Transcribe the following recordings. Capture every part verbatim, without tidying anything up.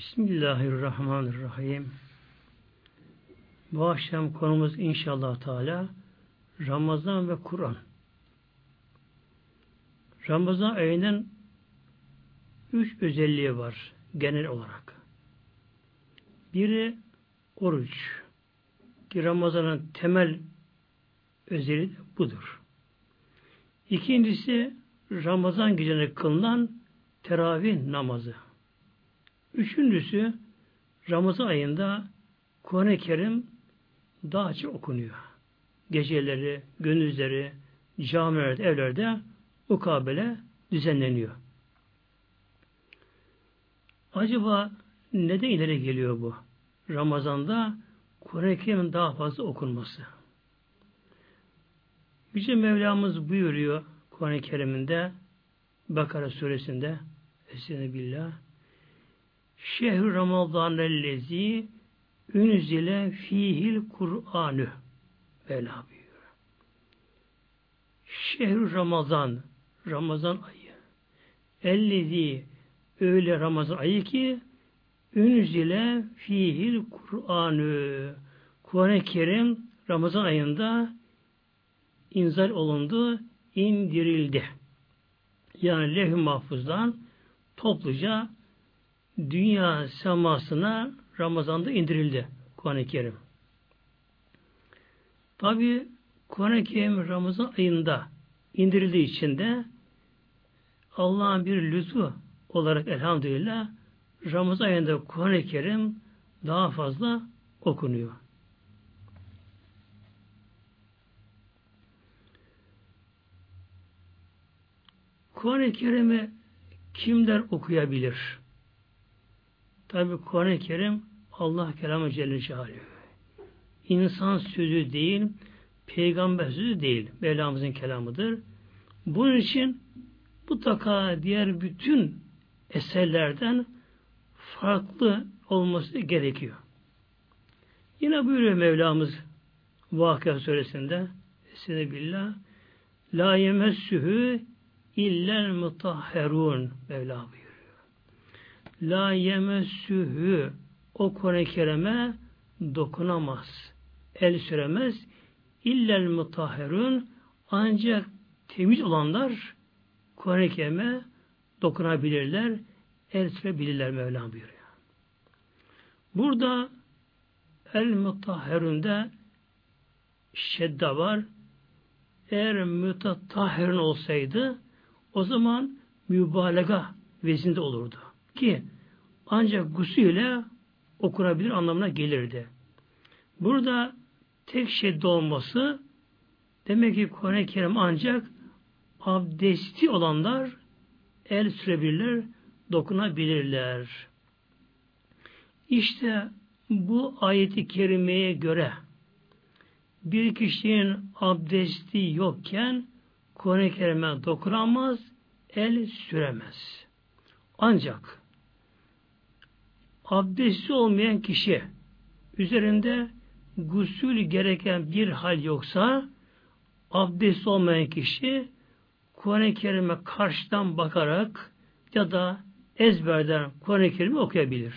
Bismillahirrahmanirrahim. Bu akşam konumuz inşallah Teala Ramazan ve Kur'an. Ramazan ayının üç özelliği var genel olarak. Biri oruç. Ki Ramazan'ın temel özelliği de budur. İkincisi Ramazan gecesinde kılınan teravih namazı. Üçüncüsü Ramazan ayında Kur'an-ı Kerim daha çok okunuyor. Geceleri, gündüzleri, camilerde, evlerde mukabele düzenleniyor. Acaba neden ileri geliyor bu? Ramazan'da Kur'an-ı Kerim'in daha fazla okunması. Yüce Mevlamız buyuruyor Kur'an-ı Kerim'inde Bakara suresinde Estağfirullah Şehr-i Ramazanellezi ünzile fihil Kur'anü Mevla buyuruyor. Şehr-i Ramazan Ramazan ayı ellezi öyle Ramazan ayı ki ünzile fihil Kur'anü Kur'an-ı Kerim Ramazan ayında inzal olundu, indirildi. Yani levh-i mahfuzdan topluca dünya semasına Ramazan'da indirildi Kur'an-ı Kerim. Tabi Kur'an-ı Kerim Ramazan ayında indirildiği için de Allah'ın bir lütfu olarak elhamdülillah Ramazan ayında Kur'an-ı Kerim daha fazla okunuyor. Kur'an-ı Kerim'i kimler okuyabilir? Tabi Kur'an-ı Kerim Allah kelamı Celle Celaluhu. İnsan sözü değil, peygamber sözü değil. Mevlamızın kelamıdır. Bunun için mutlaka diğer bütün eserlerden farklı olması gerekiyor. Yine buyuruyor Mevlamız Vakıa suresinde Estağfirullah La yemessühü illel mutahherun Mevla buyuruyor. La yemessühü o Kur'an-ı Kerim'e dokunamaz. El süremez. İllel mutahherun ancak temiz olanlar Kur'an-ı Kerim'e dokunabilirler. El sürebilirler Mevlam buyuruyor. Burada el mutahherun'da şedda var. Eğer mütetahhirun olsaydı o zaman mübalağa vezinde olurdu. Ki ancak gusüyle okunabilir anlamına gelirdi. Burada tek şedde olması demek ki Kur'an-ı Kerim ancak abdesti olanlar el sürebilirler, dokunabilirler. İşte bu ayeti kerimeye göre bir kişinin abdesti yokken Kur'an-ı Kerim'e dokunamaz, el süremez. Ancak abdesti olmayan kişi üzerinde gusül gereken bir hal yoksa abdesti olmayan kişi Kur'an-ı Kerim'e karşıdan bakarak ya da ezberden Kur'an-ı Kerim'i okuyabilir.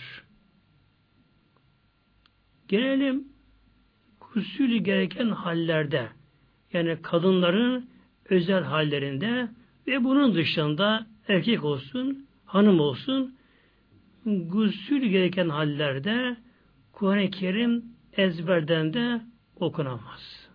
Gelelim gusül gereken hallerde yani kadınların özel hallerinde ve bunun dışında erkek olsun, hanım olsun gusül gereken hallerde Kur'an-ı Kerim ezberden de okunamaz.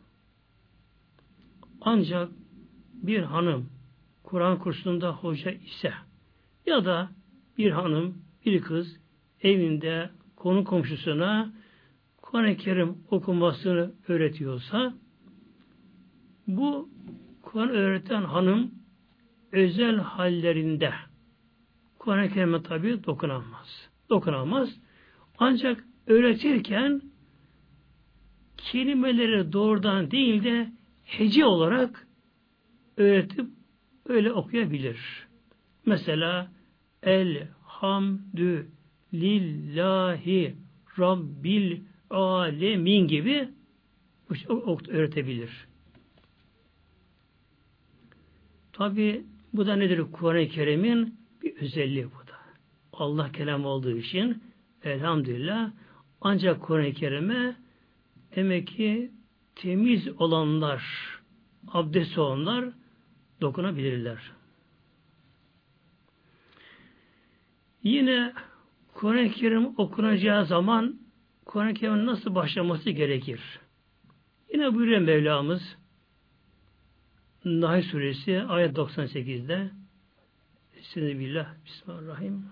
Ancak bir hanım Kur'an kursunda hoca ise ya da bir hanım, bir kız evinde konu komşusuna Kur'an-ı Kerim okumasını öğretiyorsa bu Kur'an öğreten hanım özel hallerinde Kur'an-ı Kerim'e tabi dokunamaz. Dokunamaz. Ancak öğretirken kelimeleri doğrudan değil de hece olarak öğretip öyle okuyabilir. Mesela Elhamdü lillahi rabbil alemin gibi öğretebilir. Tabi bu da nedir? Kur'an-ı Kerim'in bir özelliği bu da. Allah kelamı olduğu için Elhamdülillah. Ancak Kur'an-ı Kerim'e demek ki temiz olanlar, abdest olanlar dokunabilirler. Yine Kur'an-ı Kerim okunacağı zaman Kur'an-ı Kerim'in nasıl başlaması gerekir? Yine buyuruyor Mevlamız Nahl Suresi ayet doksan sekizde Bismillah, Bismillahirrahmanirrahim.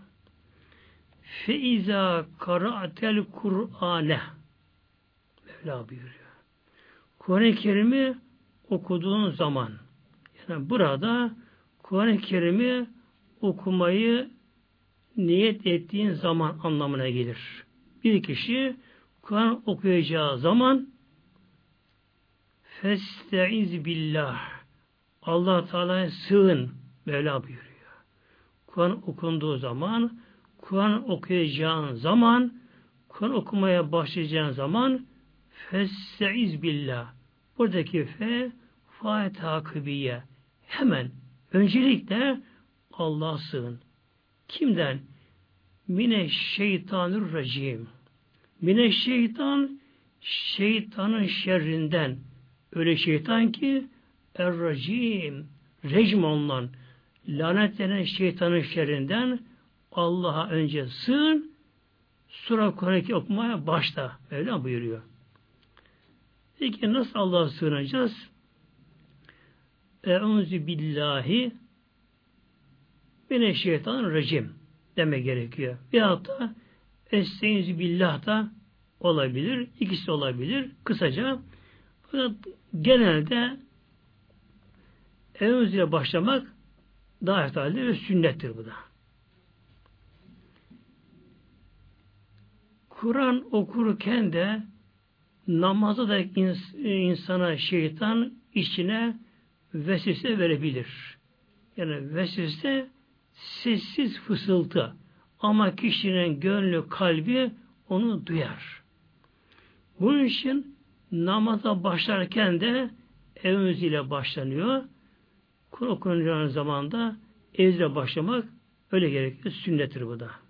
Feiza kara'tel Kur'ane Mevla buyuruyor. Kur'an-ı Kerim'i okuduğun zaman, yani burada Kur'an-ı Kerim'i okumayı niyet ettiğin zaman anlamına gelir. Bir kişi Kur'an okuyacağı zaman festaiz billah, Allah Teala'ya sığın Mevla buyuruyor. Kur'an okunduğu zaman, Kur'an okuyacağın zaman, Kur'an okumaya başlayacağın zaman festaiz billah. Buradaki fe fa takibiye. Hemen öncelikle Allah'a sığın. Kimden? Mineşşeytanirracim. Mineşşeytan, şeytanın şerrinden. Öyle şeytan ki er-racim, rejim olunan, lanetlenen şeytanın şerrinden Allah'a önce sığın, sonra Kur'an-ı okumaya başla. Öyle buyuruyor. Peki nasıl Allah'a sığınacağız? Eûzü billahi mineşşeytanirracim demek gerekiyor. Veyahut da estaizu billah da olabilir. İkisi olabilir. Kısaca. Fakat genelde Eûzü ile başlamak daha eftaldir ve sünnettir bu da. Kur'an okurken de namazda da insana şeytan içine vesvese verebilir. Yani vesvese sessiz fısıltı. Ama kişinin gönlü, kalbi onu duyar. Bunun için namaza başlarken de Eûzü ile başlanıyor. Kur'an okunacağı zaman da Eûzü ile başlamak öyle gerekiyor. Sünnettir bu da.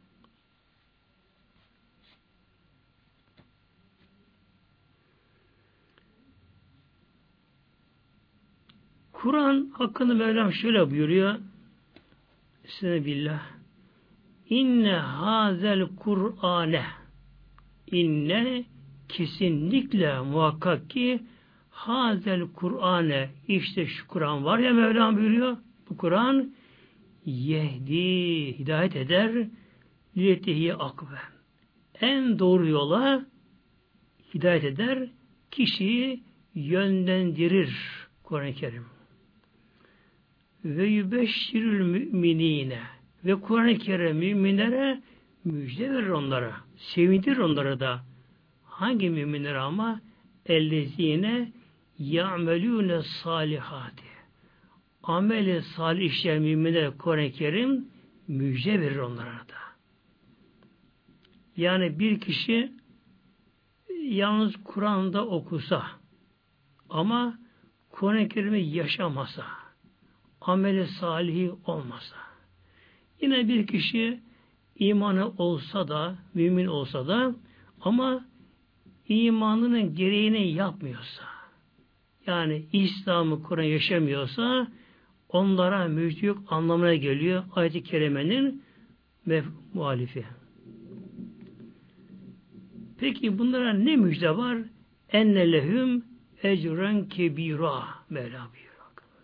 Kur'an hakkında Mevlam şöyle buyuruyor. Bismillah. İnne hazel Kur'ane inne kesinlikle muhakkak ki hazel Kur'ane işte şu Kur'an var ya Mevlam buyuruyor. Bu Kur'an yehdi hidayet eder liyetihi akbe. En doğru yola hidayet eder, kişiyi yönlendirir Kur'an-ı Kerim. Ve yübeşşirül müminine ve Kur'an-ı Kerim müminlere müjde verir onlara. Sevindir onlara da. Hangi müminler ama? Ellezine ya'melûne salihati. Ameli salih işleyen müminlere Kur'an-ı Kerim müjde verir onlara da. Yani bir kişi yalnız Kur'an'da okusa ama Kur'an-ı Kerim'i yaşamasa, ameli salihi olmasa, yine bir kişi imanı olsa da, mümin olsa da ama imanının gereğini yapmıyorsa, yani İslam'ı Kur'an yaşamıyorsa onlara müjde yok anlamına geliyor ayet-i kerimenin muhalifi. Peki bunlara ne müjde var? Enne lehum ecren kebira Mevla buyuruyor.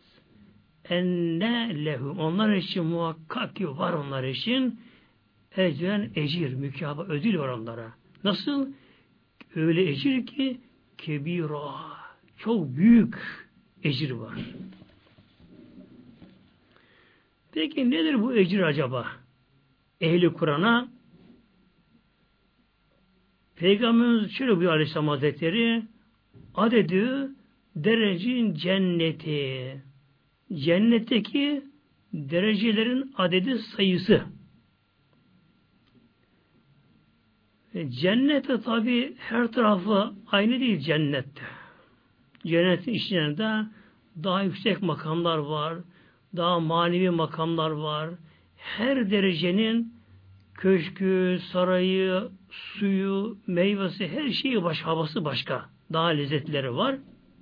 Enne lehum onlar için muhakkak ki var onlar için ecren ecir, mükafat, ödül var onlara. Nasıl? Öyle ecir ki kebira, çok büyük ecir var. Peki nedir bu ecir acaba? Ehli Kur'an'a Peygamberimiz şöyle buyuruyor Aleyhisselam Hazretleri, adedü derecin cenneti, cennetteki derecelerin adedi sayısı. Cennette tabi her tarafı aynı değil cennette. Cennetin içinde daha yüksek makamlar var, daha manevi makamlar var. Her derecenin köşkü, sarayı, suyu, meyvesi, her şeyi başka, havası başka. Daha lezzetleri var.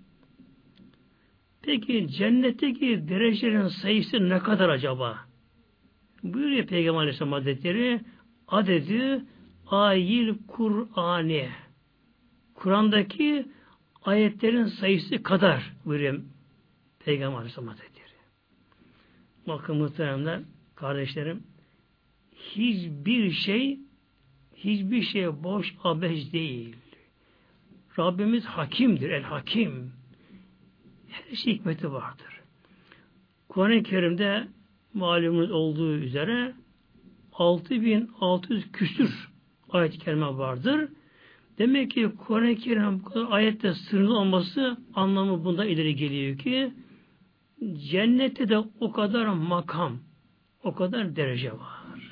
Peki cennetteki derecelerin sayısı ne kadar acaba? Buyuruyor Peygamber Aleyhisselam Hazretleri, adedi ayil Kur'ani. Kur'an'daki ayetlerin sayısı kadar buyuruyor Peygamber Aleyhisselam Hazretleri. Bakın muhteremler, kardeşlerim, hiçbir şey hiçbir şey boş abes değil. Rabbimiz hakimdir, el hakim. Her şey hikmeti vardır. Kur'an-ı Kerim'de malumunuz olduğu üzere altı bin altı yüz küsür ayet-i kerime vardır. Demek ki Kur'an-ı Kerim bu kadar ayette sınırlı olması anlamı bunda ileri geliyor ki cennette de o kadar makam, o kadar derece var.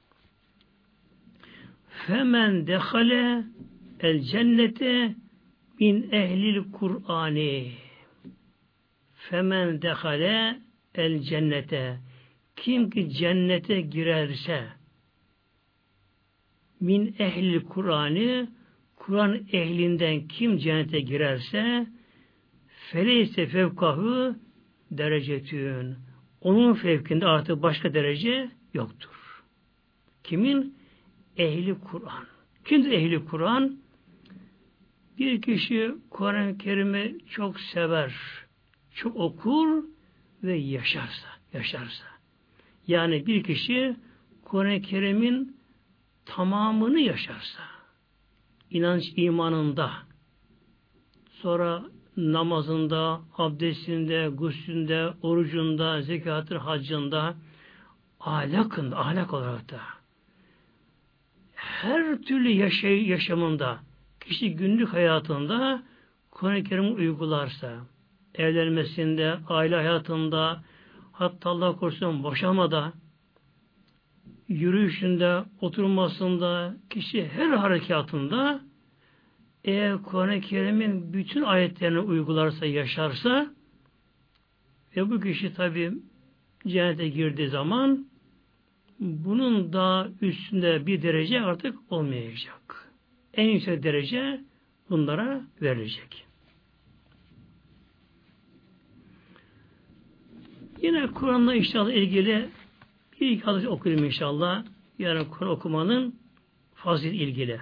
Femen dehale el cennete min ehlil Kur'ani. Femen dehale el cennete. Kim ki cennete girerse min ehlil Kur'ani, Kur'an ehlinden kim cennete girerse feleyse fevkahu derecetün. Onun fevkinde artık başka derece yoktur. Kimin? Ehli Kur'an. Kimdir ehli Kur'an? Bir kişi Kur'an-ı Kerim'i çok sever, çok okur ve yaşarsa, yaşarsa. Yani bir kişi Kur'an-ı Kerim'in tamamını yaşarsa, inanç imanında, sonra namazında, abdestinde, guslünde, orucunda, zekatın, haccında, ahlakında, ahlak olarak da, her türlü yaşay yaşamında, kişi günlük hayatında Kur'an-ı Kerim'i uygularsa, evlenmesinde, aile hayatında, hatta Allah korusun boşamada, yürüyüşünde, oturmasında, kişi her harekatında eğer Kur'an-ı Kerim'in bütün ayetlerini uygularsa, yaşarsa ve bu kişi tabi cennete girdiği zaman bunun daha üstünde bir derece artık olmayacak. En yüksek derece bunlara verilecek. Yine Kur'an'la inşallah ilgili bir iki hadis okuyayım inşallah. Yani Kur'an okumanın fazilet ilgili.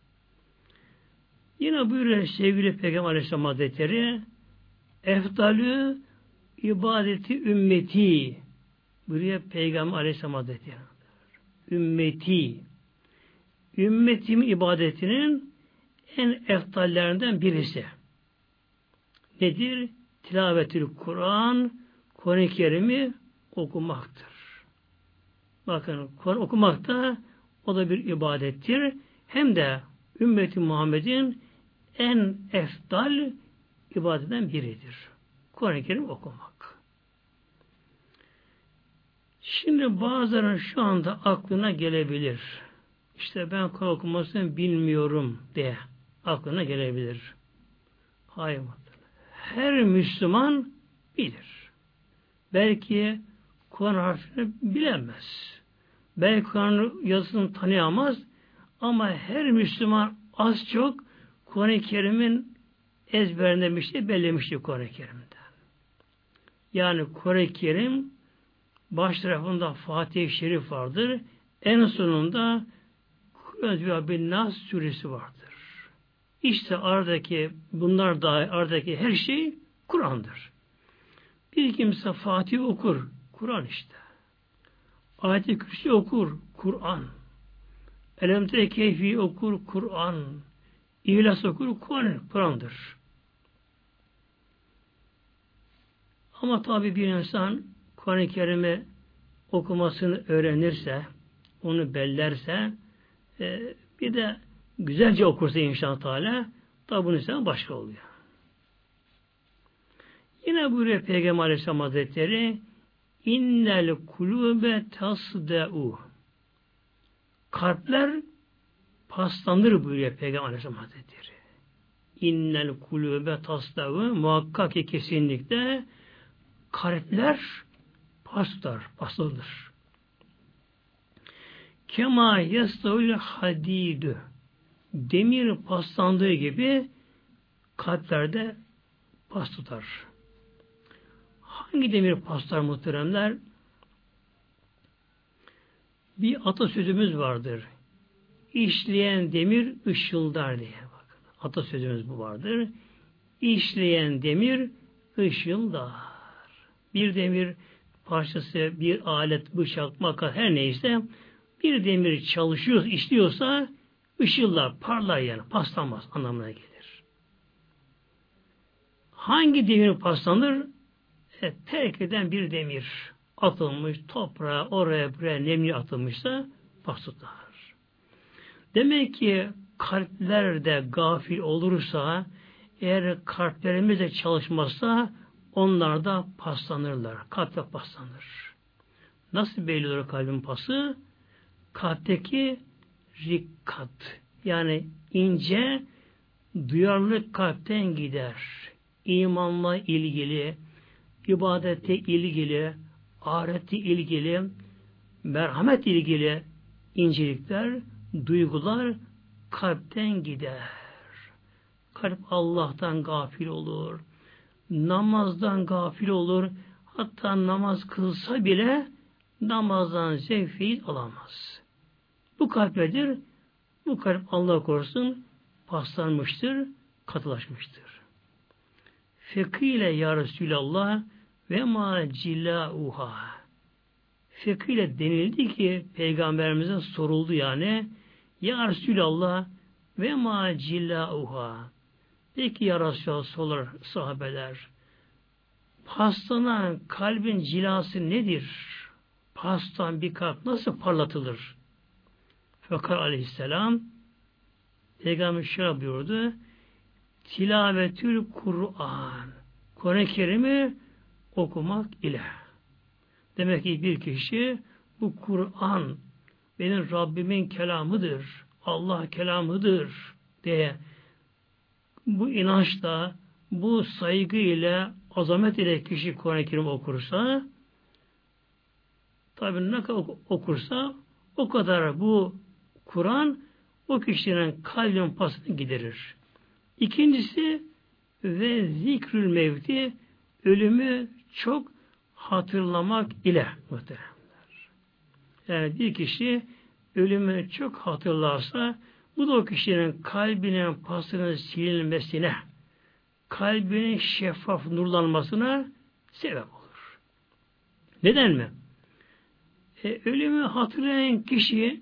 Yine buyuruyor sevgili Peygamber Aleyhisselam Hazretleri, efdalü ibadeti ümmeti buyuruyor Peygamber Aleyhisselam Hazretleri. Ümmeti. Ümmetim ibadetinin en efdallerinden birisi. Nedir? Tilavetül Kur'an, Kur'an-ı Kerim'i okumaktır. Bakın Kur'an okumak da o da bir ibadettir. Hem de ümmeti Muhammed'in en efdal ibadetten biridir. Kur'an-ı Kerim okumak. Şimdi bazılarının şu anda aklına gelebilir. İşte ben Kur'an okumasını bilmiyorum diye aklına gelebilir. Hayır. Her Müslüman bilir. Belki Kur'an harfini bilemez. Belki Kur'an yazısını tanıyamaz. Ama her Müslüman az çok Kur'an-ı Kerim'in ezberinde bir şey bellemiştir Kur'an-ı Kerim'de. Yani Kur'an-ı Kerim baş tarafında Fatih-i Şerif vardır. En sonunda Kur'an-ı bin Nas suresi vardır. İşte aradaki bunlar da aradaki her şey Kur'an'dır. Bir kimse Fatih okur, Kur'an işte. Ayet-i Kürsi okur, Kur'an. Elemte Keyfi okur, Kur'an. İhlas okur, Kur'an, Kur'an'dır. Ama tabi bir insan Kur'an-ı Kerim'i okumasını öğrenirse, onu bellerse, e, bir de güzelce okursa inşallah Teala, tabi bunun insan başka oluyor. Yine buyuruyor Peygamber Aleyhisselam Hazretleri, innel kulube tasde'u. Kalpler paslanır buyuruyor Peygamber Aleyhisselam Hazretleri. İnnel kulube tasde'u. Muhakkak ki kesinlikle kalpler paslar, paslanır. Kema yastavul hadidü. Demir paslandığı gibi kalplerde pas tutar. Hangi demir paslar muhteremler? Bir atasözümüz vardır. İşleyen demir ışıldar diye. Bakın. Atasözümüz bu vardır. İşleyen demir ışıldar. Bir demir parçası, bir alet, bıçak, makas her neyse bir demir çalışıyor, işliyorsa ışıldar, parlar yani. Paslanmaz anlamına gelir. Hangi demir paslanır? E, terk eden bir demir atılmış toprağa, oraya buraya nemli atılmışsa pas tutar. Demek ki kalplerde gafil olursa, eğer kalplerimiz de çalışmazsa onlar da paslanırlar. Kalp de paslanır. Nasıl belli olur kalbin pası? Kalpteki rikkat, yani ince duyarlılık kalpten gider. İmanla ilgili, ibadete ilgili, ahirete ilgili, merhamet ilgili incelikler, duygular kalpten gider. Kalp Allah'tan gafil olur. Namazdan gafil olur. Hatta namaz kılsa bile namazdan zevk feyiz alamaz. Bu kalp nedir? Bu kalp Allah korusun paslanmıştır, katılaşmıştır. Fekile ya Resulallah ve ma cilauha. Fekile denildi ki Peygamberimize soruldu yani ya Resulallah ve ma cilauha. Peki ya Resulallah sorar sahabeler. Paslanan kalbin cilası nedir? Pastan bir kalp nasıl parlatılır? Fekar aleyhisselam Peygamber şöyle buyurdu. Tilavetül Kur'an. Kur'an-ı Kerim'i okumak ile. Demek ki bir kişi bu Kur'an benim Rabbimin kelamıdır. Allah kelamıdır diye bu inançla, bu saygı ile, azamet ile kişi Kur'an-ı Kerim okursa, tabi ne kadar okursa o kadar bu Kur'an o kişinin kalbinin pasını giderir. İkincisi ve zikrül mevti ölümü çok hatırlamak ile muhteremler. Yani bir kişi ölümü çok hatırlarsa bu da o kişinin kalbinin pasının silinmesine, kalbinin şeffaf nurlanmasına sebep olur. Neden mi? E, ölümü hatırlayan kişi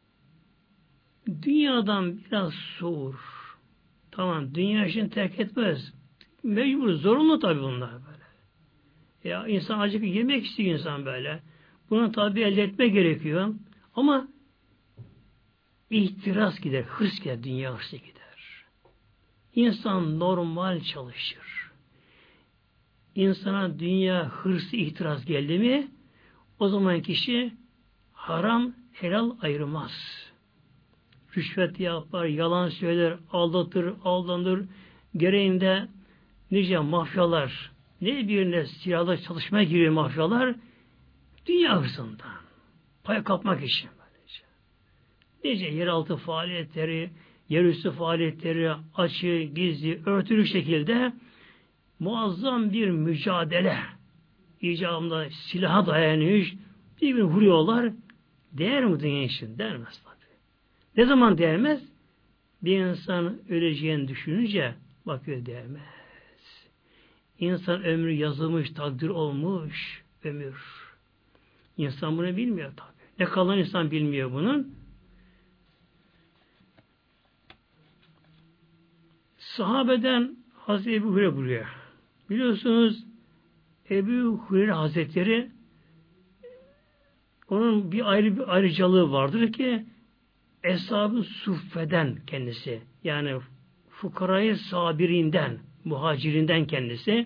dünyadan biraz soğur. Tamam, dünya işini terk etmez. Mecbur, zorunlu tabii bunlar böyle. Ya insan acıkı yemek istiyor insan böyle. Bunu tabii elde etme gerekiyor. Ama ihtiras gider, hırs gider, dünya hırsı gider. İnsan normal çalışır. İnsana dünya hırsı ihtiras geldi mi o zaman kişi haram helal ayırmaz. Rüşvet yapar, yalan söyler, aldatır, aldanır. Gereğinde nice mafyalar, ne birine silahla çalışmaya giriyor mafyalar, dünya hırsından. Pay kapmak için. Böylece. Nice yeraltı faaliyetleri, yerüstü faaliyetleri, açı, gizli, örtülü şekilde muazzam bir mücadele icabında silaha dayanıyor, birbirini vuruyorlar. Değer mi dünya için? Değmez tabii. Ne zaman değmez? Bir insan öleceğini düşününce bakıyor değmez. İnsan ömrü yazılmış, takdir olmuş ömür. İnsan bunu bilmiyor tabii. Ne kalan insan bilmiyor bunun. Sahabeden Hazreti Ebu Hureyre buyuruyor. Biliyorsunuz Ebu Hureyre Hazretleri onun bir ayrı bir ayrıcalığı vardır ki Eshab-ı Suffe'den kendisi. Yani fukarayı sabirinden, muhacirinden kendisi.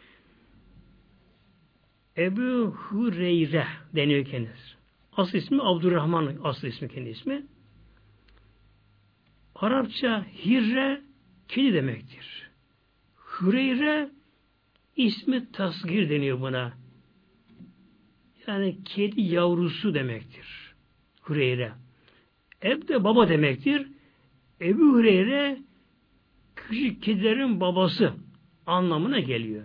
Ebu Hureyre deniyor kendisi. Asıl ismi Abdurrahman, asıl ismi kendi ismi. Arapça hirre kedi demektir. Hureyre ismi tasgir deniyor buna. Yani kedi yavrusu demektir. Hureyre. Eb de baba demektir. Ebu Hureyre küçük kedilerin babası anlamına geliyor.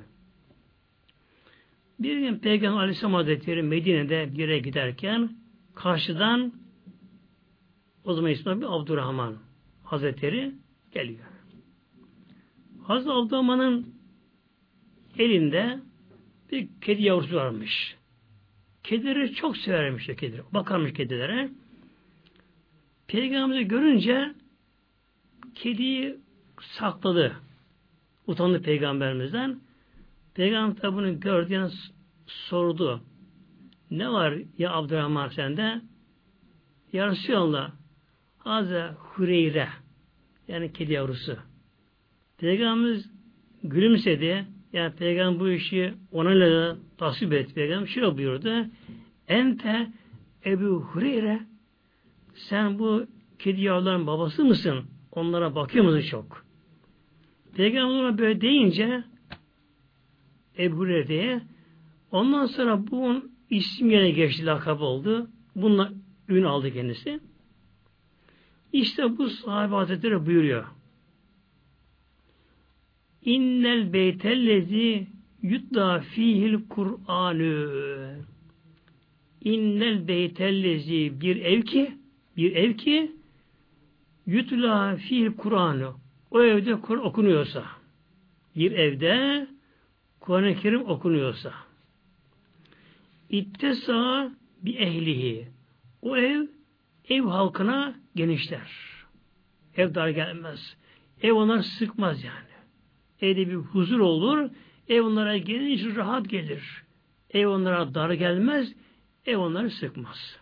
Bir gün Peygamber Aleyhisselam Hazretleri Medine'de bir yere giderken karşıdan o zaman ismi Abdurrahman Hazretleri geliyor. Hazreti Abdurrahman'ın elinde bir kedi yavrusu varmış. Kedileri çok severmiş de kedileri. Bakarmış kedilere. Peygamber'i görünce kediyi sakladı. Utandı Peygamberimizden. Peygamber de bunu gördüğünde sordu. Ne var ya Abdurrahman sende? Ya Resulallah Haze Hureyre yani kedi yavrusu. Peygamberimiz gülümsedi. Yani Peygamber bu işi onayla tasvip etti. Peygamber şöyle buyurdu. Ente Ebu Hureyre sen bu kedi yavruların babası mısın? Onlara bakıyor musun çok? Peygamber böyle deyince Ebu Hureyre diye ondan sonra bunun isim yerine geçti, lakabı oldu. Bununla ün aldı kendisi. İşte bu sahabe hazretleri buyuruyor. İnnel beytellezi yutla fihil Kur'anü. İnnel beytellezi bir ev ki bir ev ki yutla fihil Kur'anü. O evde Kur'an okunuyorsa bir evde Kur'an-ı Kerim okunuyorsa İttesa bi ehlihi. O ev ev halkına genişler. Ev dar gelmez. Ev onları sıkmaz yani. Evde bir huzur olur. Ev onlara geniş, rahat gelir. Ev onlara dar gelmez. Ev onları sıkmaz.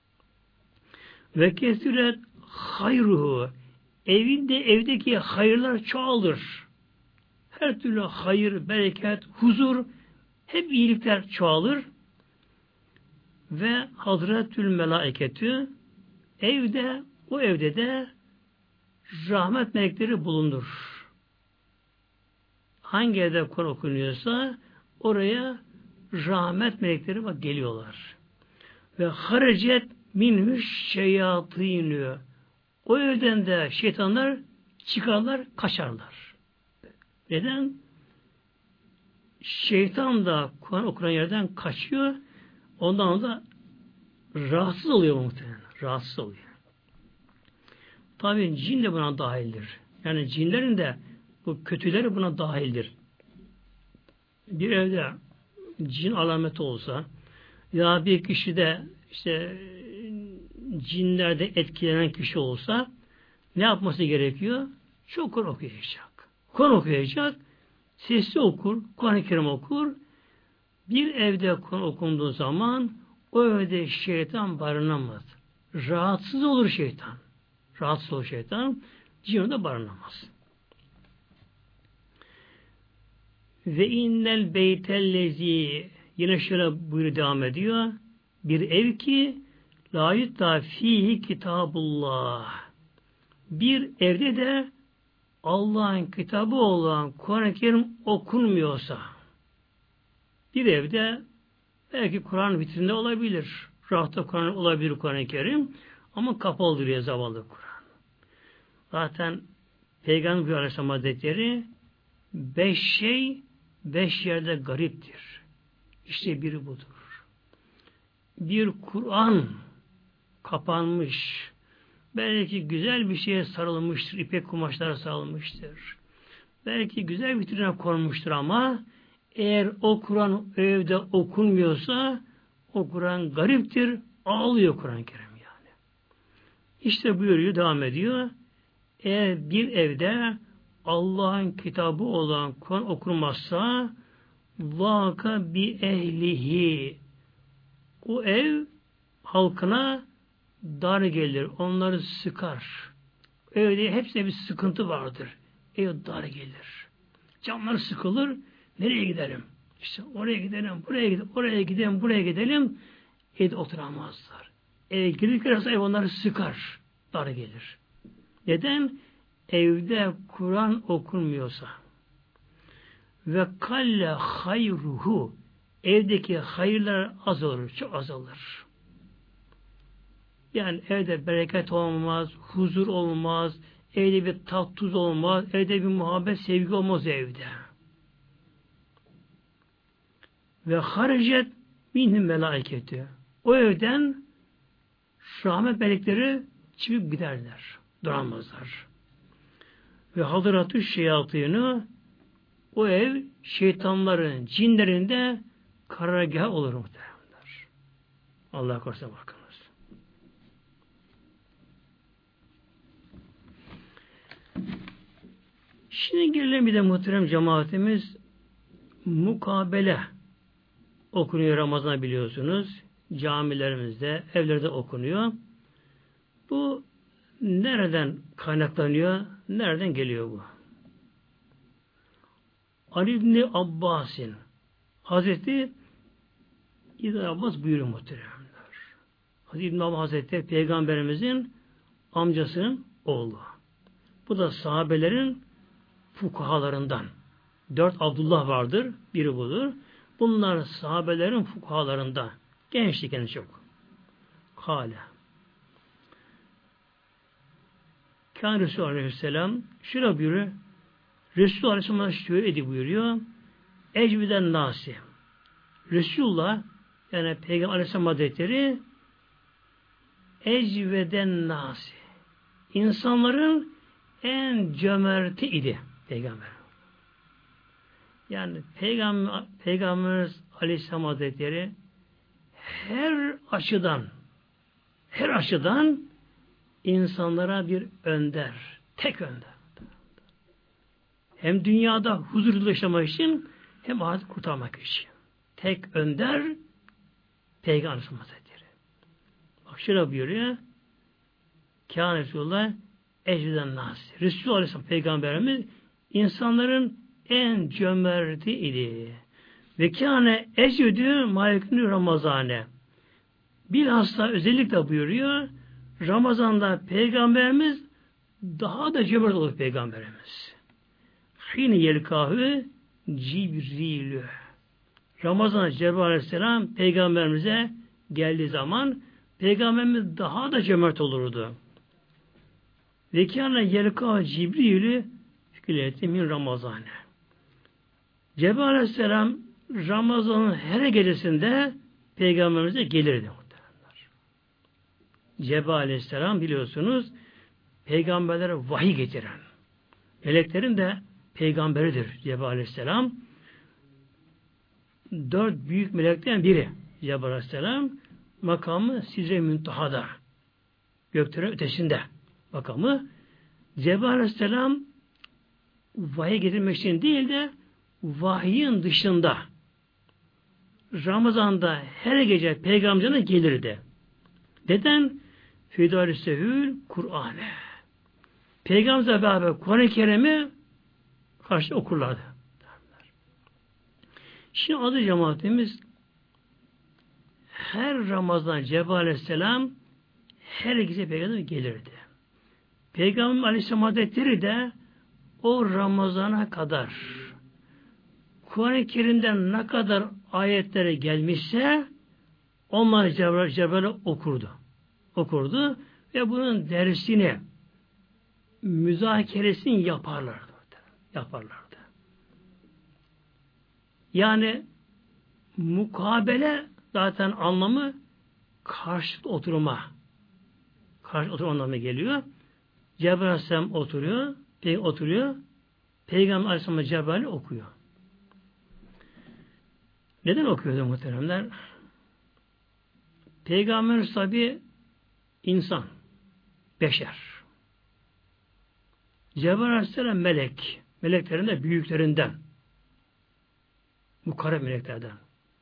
Ve kesiret hayruhu. Evinde evdeki hayırlar çoğalır. Her türlü hayır, bereket, huzur, hep iyilikler çoğalır. Ve hazretül melaiketü evde, o evde de rahmet melekleri bulunur. Hangi evde Kur'an okunuyorsa oraya rahmet melekleri bak geliyorlar. Ve harecet minhüş şeyatînü. O evden de şeytanlar çıkarlar, kaçarlar. Neden? Şeytan da Kur'an okunan yerden kaçıyor. Ondan da rahatsız oluyor muhtemelen. Rahatsız oluyor. Tabii cin de buna dahildir. Yani cinlerin de bu kötüleri buna dahildir. Bir evde cin alameti olsa ya bir kişi de işte cinlerde etkilenen kişi olsa ne yapması gerekiyor? Çok Kur'an okuyacak. Kur'an okuyacak. Sesli okur. Kur'an-ı Kerim okur. Bir evde Kur'an okunduğu zaman o evde şeytan barınamaz. Rahatsız olur şeytan. Rahatsız olur şeytan. Cin de barınamaz. Ve innel beytellezi yine şöyle buyur devam ediyor. Bir ev ki la yutta fihi kitabullah. Bir evde de Allah'ın kitabı olan Kur'an-ı Kerim okunmuyorsa bir evde belki Kur'an vitrinde olabilir. Rafta Kur'an olabilir Kur'an-ı Kerim ama kapalı duruyor zavallı Kur'an. Zaten Peygamber Aleyhisselam Hazretleri beş şey beş yerde gariptir. İşte biri budur. Bir Kur'an kapanmış, belki güzel bir şeye sarılmıştır, ipek kumaşlara sarılmıştır. Belki güzel vitrine konmuştur ama eğer o Kur'an evde okunmuyorsa o Kur'an gariptir, ağlıyor Kur'an-ı Kerim yani. İşte buyuruyor, devam ediyor. Eğer bir evde Allah'ın kitabı olan Kur'an okunmazsa vaka bi ehlihi o ev halkına dar gelir, onları sıkar. Evde hepsine bir sıkıntı vardır. Ev dar gelir. Camlar sıkılır, nereye gidelim? İşte oraya gidelim, buraya gidelim, oraya gidelim, buraya gidelim. Evde oturamazlar. Eve girdiklerse ev onları sıkar, dar gelir. Neden? Evde Kur'an okunmuyorsa ve kalle hayruhu evdeki hayırlar azalır, çok azalır. Yani evde bereket olmaz, huzur olmaz, evde bir tat tuz olmaz, evde bir muhabbet, sevgi olmaz evde. Ve haricet minhum meleketi. O evden rahmet melekleri çıkıp giderler. Duramazlar. Ve hadıratü şeyatını o ev şeytanların, cinlerin de karargahı olur muhtemelenler. Allah korusun bakınız. Şimdi gelelim bir de muhterem cemaatimiz mukabele okunuyor Ramazan biliyorsunuz. Camilerimizde, evlerde okunuyor. Bu nereden kaynaklanıyor? Nereden geliyor bu? Ali İbni Abbas'ın Hazreti İbn Abbas buyuruyor muhteremler. Hazreti İbn Abbas Hazretleri Peygamberimizin amcasının oğlu. Bu da sahabelerin fukahalarından. Dört Abdullah vardır. Biri budur. Bunlar sahabelerin fukahalarından. Gençlik en çok. Kale. Kâne Resulü Aleyhisselam şöyle buyuruyor. Resulü Aleyhisselam şöyle edi buyuruyor. Ecviden nasi. Resulullah yani Peygamber Aleyhisselam Hazretleri ecveden nasi. İnsanların en cömerti idi Peygamber. Yani Peygamber Peygamberimiz Aleyhisselam Hazretleri her açıdan her açıdan insanlara bir önder. Tek önder. Hem dünyada huzurlu yaşamak için hem ahiret kurtarmak için. Tek önder Peygamber Hazretleri. Bak şöyle buyuruyor. Kâne Resulullah ecviden nâsi. Resulullah Aleyhisselam Peygamberimiz insanların en cömerti idi. Ve kâne ecvedü mâlikünü Ramazane. Bilhassa özellikle buyuruyor Ramazan'da Peygamberimiz daha da cömert olur Peygamberimiz. Hîne yelkâhü Cibrilü. Ramazan Cebrail Aleyhisselam Peygamberimize geldiği zaman Peygamberimiz daha da cömert olurdu. Ve kâne yelkâhü Cibrilü fikirleti min Ramazane. Cebrail Aleyhisselam Ramazan'ın her gecesinde Peygamberimize gelirdi. Cebrail Aleyhisselam biliyorsunuz peygamberlere vahiy getiren meleklerin de peygamberidir Cebrail Aleyhisselam. Dört büyük melekten biri Cebrail Aleyhisselam makamı Sidre-i Münteha'da göklerin ötesinde makamı Cebrail Aleyhisselam vahiy getirmek için değil de vahyin dışında Ramazan'da her gece peygamberine gelirdi. Neden? Fidâl-i Sehül Kur'an'e. Peygamberle beraber Kur'an-ı Kerim'i karşı okurlardı. Şimdi adı cemaatimiz her Ramazan Cebrail Aleyhisselam her gece Peygamber gelirdi. Peygamber Aleyhisselam Hazretleri de o Ramazan'a kadar Kur'an-ı Kerim'den ne kadar ayetlere gelmişse onlar Cebrail, Cebrail okurdu. Okurdu ve bunun dersini müzakeresini yaparlardı. Yaparlardı. Yani mukabele zaten anlamı karşılıklı oturma. Karşılıklı oturma anlamına geliyor. Cebrail Aleyhisselam oturuyor, Peygamber oturuyor. Peygamber Aleyhisselam Cebrail okuyor. Neden okuyordu muhteremler? Peygamber tabi insan, beşer. Cebrail Aleyhisselam melek. Meleklerin de büyüklerinden. Mukarreb meleklerden.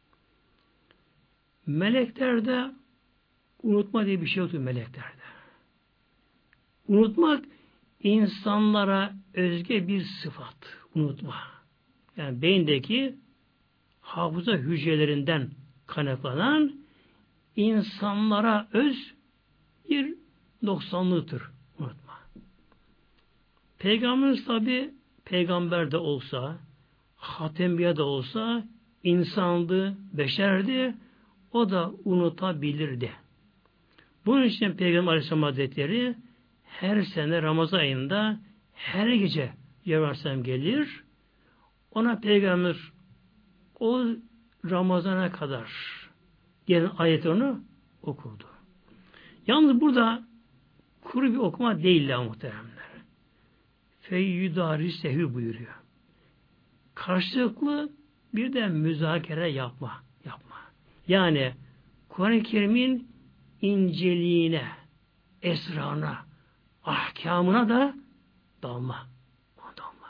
Meleklerde unutma diye bir şey yoktur meleklerde. Unutmak insanlara özge bir sıfat. Unutma. Yani beyindeki hafıza hücrelerinden kaynaklanan insanlara öz bir noksanlıktır. Unutma. Peygamberimiz tabi peygamber de olsa, hatembiye de olsa insandı, beşerdi, o da unutabilirdi. Bunun için Peygamber Aleyhisselam Hazretleri her sene Ramazan ayında her gece Cebrail Aleyhisselam gelir. Ona Peygamber o Ramazan'a kadar gelen ayet onu okurdu. Yalnız burada kuru bir okuma değil la muhteremler. Feyyüdari sehü buyuruyor. Karşılıklı bir de müzakere yapma. Yapma. Yani Kur'an-ı Kerim'in inceliğine, esrarına, ahkamına da dalma. Dalma.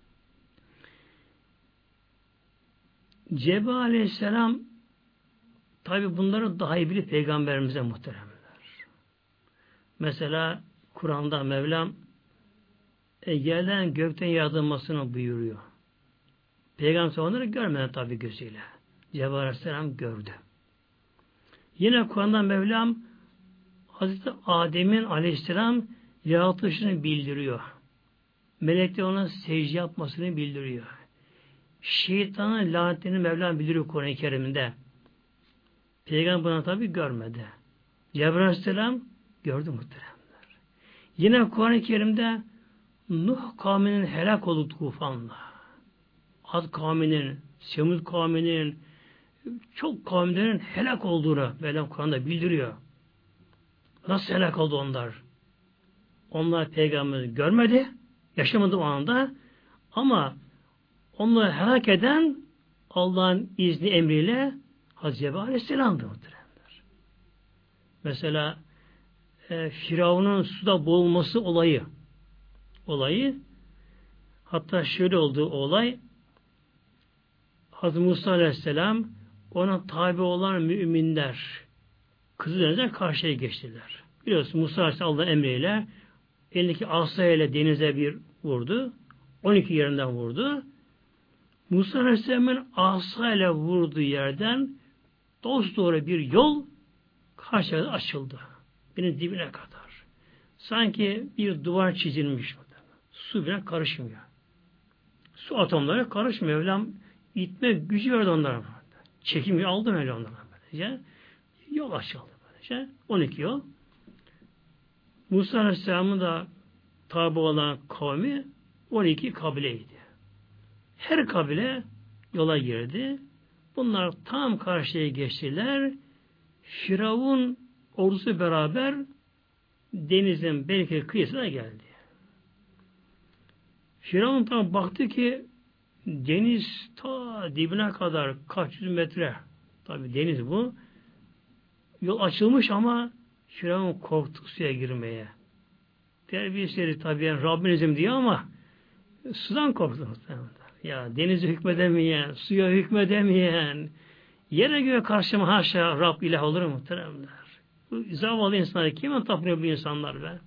Cebrail Aleyhisselam tabi bunları daha iyi bilir Peygamberimize muhteremler. Mesela Kur'an'da Mevlam e, yerden gökten yaratılmasını buyuruyor. Peygamber onları görmeden tabi gözüyle. Cebrail Aleyhisselam gördü. Yine Kur'an'da Mevlam Hazreti Adem'in Aleyhisselam yaratılışını bildiriyor. Melekler ona secde yapmasını bildiriyor. Şeytanın lanetini Mevlam bildiriyor Kur'an-ı Kerim'de. Peygamber buna tabi görmedi. Cebrail Aleyhisselam gördü muhteremler. Yine Kur'an-ı Kerim'de Nuh kavminin helak olduğu tufanla, Ad kavminin, Semud kavminin, çok kavimlerin helak olduğunu Mevlam Kur'an'da bildiriyor. Nasıl helak oldu onlar? Onlar Peygamberi görmedi, yaşamadı o anda ama onları helak eden Allah'ın izni emriyle Hazreti Cebrail Aleyhisselam'dı muhteremler. Mesela e, Firavun'un suda boğulması olayı olayı hatta şöyle olduğu olay Hazreti Musa Aleyhisselam ona tabi olan müminler Kızıldeniz'den karşıya geçtiler. Biliyorsun Musa Aleyhisselam Allah'ın emriyle elindeki asayla denize bir vurdu. on iki yerinden vurdu. Musa Aleyhisselam'ın asayla vurduğu yerden dosdoğru bir yol karşıya açıldı. Benim dibine kadar. Sanki bir duvar çizilmiş. Su bile karışmıyor. Su atomları karışmıyor. Mevlam itme gücü verdi onlara. Çekimi aldı Mevlam onlara. Böylece yol açıldı. Böylece on iki yol. Musa Aleyhisselam'ın da tabi olan kavmi on iki kabileydi. Her kabile yola girdi. Bunlar tam karşıya geçtiler. Firavun ordusu beraber denizin belki kıyısına geldi. Firavun tam baktı ki deniz ta dibine kadar kaç yüz metre. Tabi deniz bu. Yol açılmış ama Firavun korktu suya girmeye. Terbiyesizleri tabi yani Rabbinizim diyor ama sudan korktu. Ya denize hükmedemeyen, suya hükmedemeyen, yere göğe karşı mı haşa Rab ilah olur mu muhteremler? Bu zavallı insanlar kime tapınıyor bu insanlar be?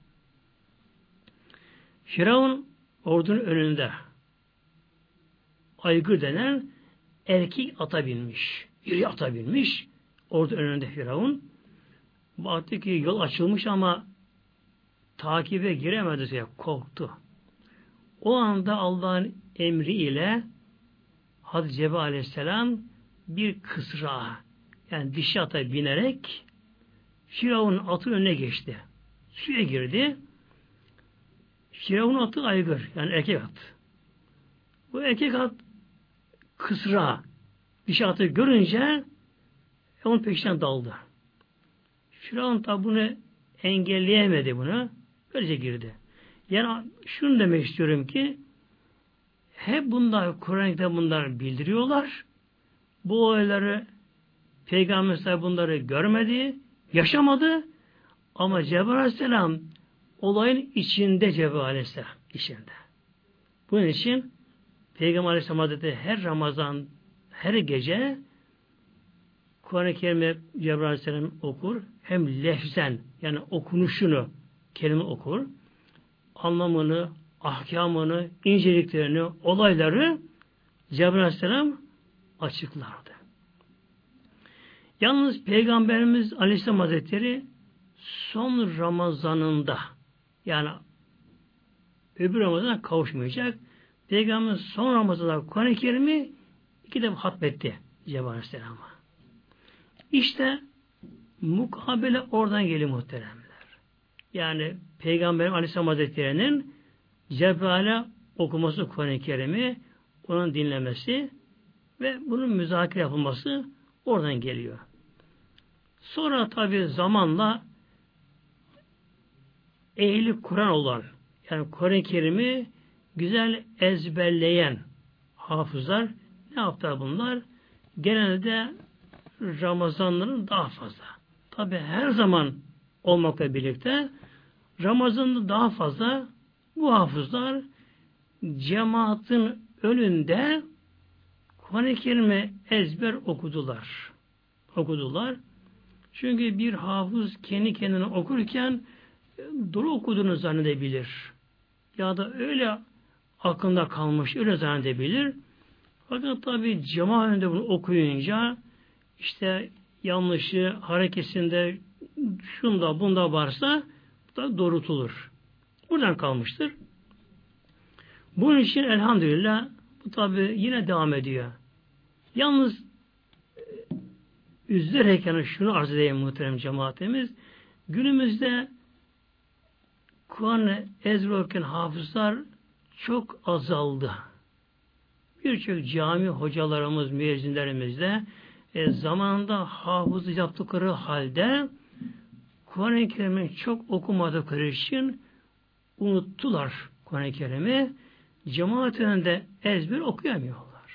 Firavun ordunun önünde aygır denen erkek ata binmiş. İri ata binmiş. Ordu önünde Firavun. Baktı ki yol açılmış ama takibe giremedi diye korktu. O anda Allah'ın emriyle Hazreti Cebrail Aleyhisselam bir kısra yani dişi ata binerek Firavun'un atı önüne geçti. Suya girdi. Firavun'un atı aygır. Yani erkek at. Bu erkek at kısra dişi atı görünce onun peşinden daldı. Firavun tabi bunu engelleyemedi bunu. Böylece girdi. Yani şunu demek istiyorum ki hep bunlar Kur'an'da bunlar bildiriyorlar. Bu olayları Peygamber bunları görmedi, yaşamadı ama Cebrail Aleyhisselam olayın içinde Cebrail Aleyhisselam içinde. Bunun için Peygamber Aleyhisselam Hazretleri her Ramazan her gece Kur'an-ı Kerim'e Cebrail Aleyhisselam okur. Hem lefzen yani okunuşunu kelime okur. Anlamını, ahkamını, inceliklerini, olayları Cebrail Aleyhisselam açıklardı. Yalnız Peygamberimiz Aleyhisselam Hazretleri son Ramazanında yani öbür Ramazan'a kavuşmayacak. Peygamberimiz son Ramazan'da Kur'an-ı Kerim'i iki defa hatmetti Cebrail Aleyhisselam'a. İşte Mukabele oradan geliyor muhteremler. Yani Peygamber Aleyhisselam Hazretleri'nin Cebrail'e okuması Kur'an-ı Kerim'i, onun dinlemesi ve bunun müzakere yapılması oradan geliyor. Sonra tabi zamanla ehli Kur'an olan, yani Kur'an-ı Kerim'i güzel ezberleyen hafızlar ne yaptılar bunlar? Genelde Ramazanların daha fazla. Tabi her zaman olmakla birlikte Ramazan'da daha fazla bu hafızlar cemaatin önünde Kur'an-ı Kerim'i ezber okudular. Okudular. Çünkü bir hafız kendi kendine okurken doğru okuduğunu zannedebilir. Ya da öyle aklında kalmış, öyle zannedebilir. Fakat tabi cemaat önünde bunu okuyunca işte yanlışı, harekesinde şunda bunda varsa bu da doğrultulur. Buradan kalmıştır. Bunun için elhamdülillah bu tabi yine devam ediyor. Yalnız üzülerek yani şunu arz edeyim muhterem cemaatimiz. Günümüzde Kur'an-ı ezber okurken hafızlar çok azaldı. Birçok cami hocalarımız, müezzinlerimiz de e, zamanında hafız yaptıkları halde Kur'an-ı Kerim'i çok okumadıkları için unuttular Kur'an-ı Kerim'i. Cemaat önünde ezber okuyamıyorlar.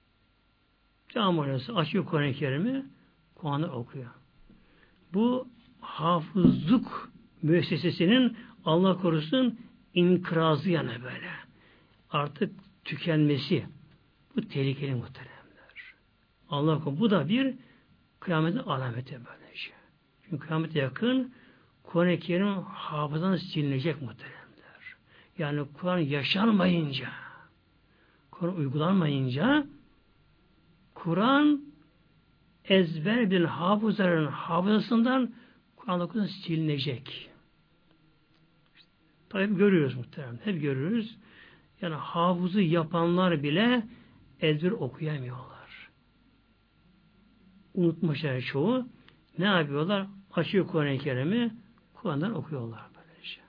Cami orası açıyor Kur'an-ı Kerim'i, Kur'an'ı okuyor. Bu hafızlık müessesesinin Allah korusun inkrazı yani böyle. Artık tükenmesi. Bu tehlikeli muhteremler. Allah korusun. Bu da bir kıyametin alameti böylece. Çünkü kıyamete yakın Kur'an-ı Kerim hafızdan silinecek muhteremler. Yani Kur'an yaşanmayınca, Kur'an uygulanmayınca Kur'an ezber bilen hafızların hafızasından Kur'an okuduğunda silinecek. Tabi görüyoruz muhtemelen. Hep görüyoruz. Yani hafızı yapanlar bile ezber okuyamıyorlar. Unutmuşlar çoğu. Ne yapıyorlar? Açıyor Kur'an-ı Kerim'i, Kur'an'dan okuyorlar böylece.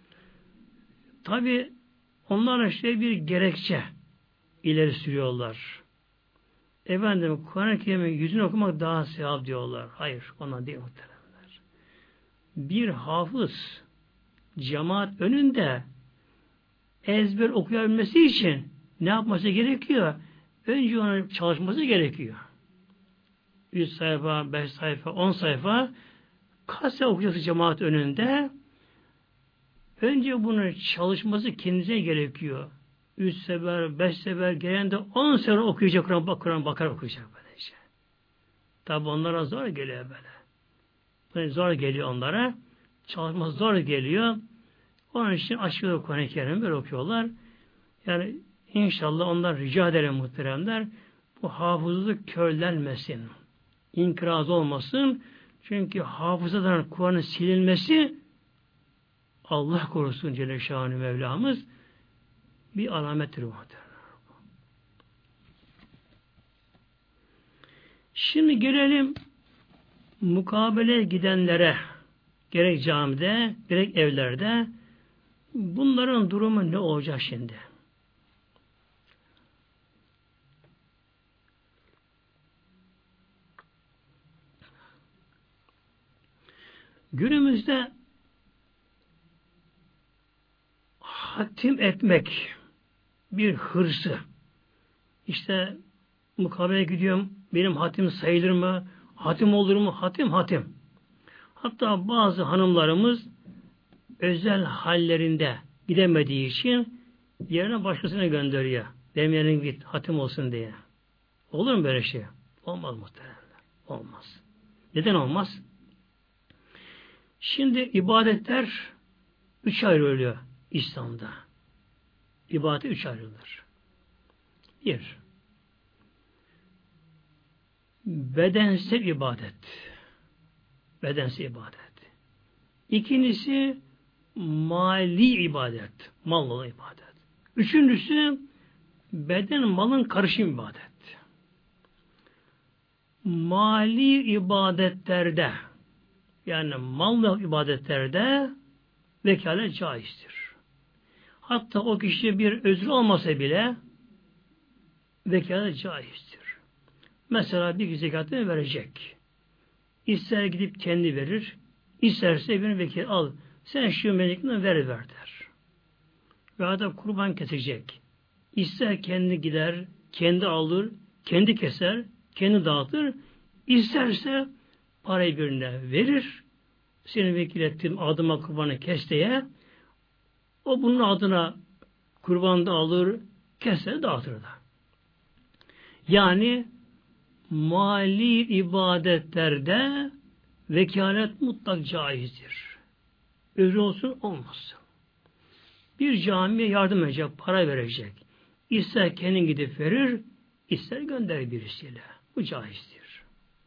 Tabi onlar işte bir gerekçe ileri sürüyorlar. Efendim Kur'an-ı Kerim'in yüzünü okumak daha sevap diyorlar. Hayır, ona değil muhteremler. Bir hafız cemaat önünde ezber okuyabilmesi için ne yapması gerekiyor? Önce onun çalışması gerekiyor. Üç sayfa, beş sayfa, on sayfa kaç sayfa okuyacaksın cemaat önünde? Önce bunun çalışması kendinize gerekiyor. Üç sefer, beş sefer, gelen de on sefer okuyacak Kur'an, bak Kur'an bakar okuyacak böylece. Tabi onlara zor geliyor böyle. Böyle zor geliyor onlara. Çalışması zor geliyor. Onun için açıyor Kur'an-ı Kerim'i böyle okuyorlar. Yani inşallah onlar rica ederim muhteremler. Bu hafızlık körlenmesin. İnkraz olmasın. Çünkü hafızadan Kur'an'ın silinmesi Allah korusun Celle Şanı Mevlamız bir alamettir muhterem. Şimdi gelelim mukabeleye gidenlere, gerek camide, gerek evlerde bunların durumu ne olacak şimdi? Günümüzde hatim etmek bir hırsı. İşte mukabeleye gidiyorum, benim hatim sayılır mı? Hatim olur mu? Hatim, hatim. Hatta bazı hanımlarımız özel hallerinde gidemediği için yerine başkasına gönderiyor. Benim yerine git, hatim olsun diye. Olur mu böyle şey? Olmaz muhtemelen. Olmaz. Neden olmaz? Şimdi ibadetler üç ayrılıyor İslam'da. İbadet üç ayrılır. Bir, bedensel ibadet. Bedensel ibadet. İkincisi mali ibadet. Malla ibadet. Üçüncüsü beden malın karışım ibadet. Mali ibadetlerde Yani mal ibadetlerde vekalet caizdir. Hatta o kişi bir özür olmasa bile vekalet caizdir. Mesela bir zekatını verecek. İster gidip kendi verir, isterse bir vekil al. Sen şu melekini ver ver der. Veya da kurban kesecek. İster kendi gider, kendi alır, kendi keser, kendi dağıtır. İsterse parayı birine verir. Senin vekil ettiğim adıma kurbanı kes diye. O bunun adına kurbanı da alır, keser, dağıtır da. Yani mali ibadetlerde vekalet mutlak caizdir. Özür olsun olmasın. Bir camiye yardım edecek, para verecek. İster kendin gidip verir, ister gönder birisiyle. Bu caizdir.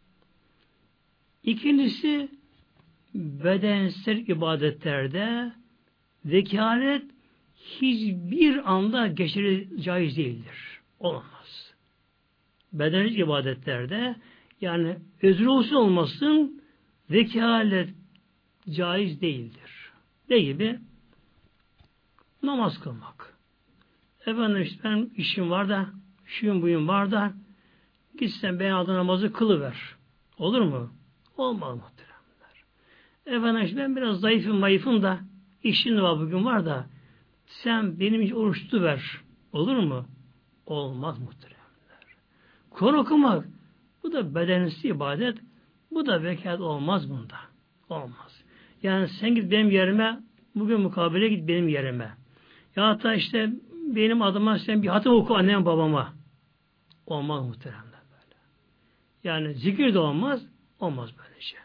İkincisi, bedensel ibadetlerde vekalet hiçbir anda geçerli caiz değildir. Olamaz. Bedensel ibadetlerde yani özür olsun olmasın vekalet caiz değildir. Ne gibi? Namaz kılmak. Efendim işte benim işim var da, şuyum buyum var da, gitsen ben adına namazı kılıver. Olur mu? Olmaz muhteremler. Efendim işte ben biraz zayıfım mayıfım da, işim var bugün var da, sen benim için oruç tutuver. Olur mu? Olmaz muhteremler. Kur'an okumak, bu da bedensiz ibadet, bu da vekalet olmaz bunda. Olmaz. Yani sen git benim yerime, bugün mukabele git benim yerime. Ya hatta işte benim adıma sen bir hatim oku annem babama. Olmaz muhteremler böyle. Yani zikir de olmaz, olmaz böyle şey.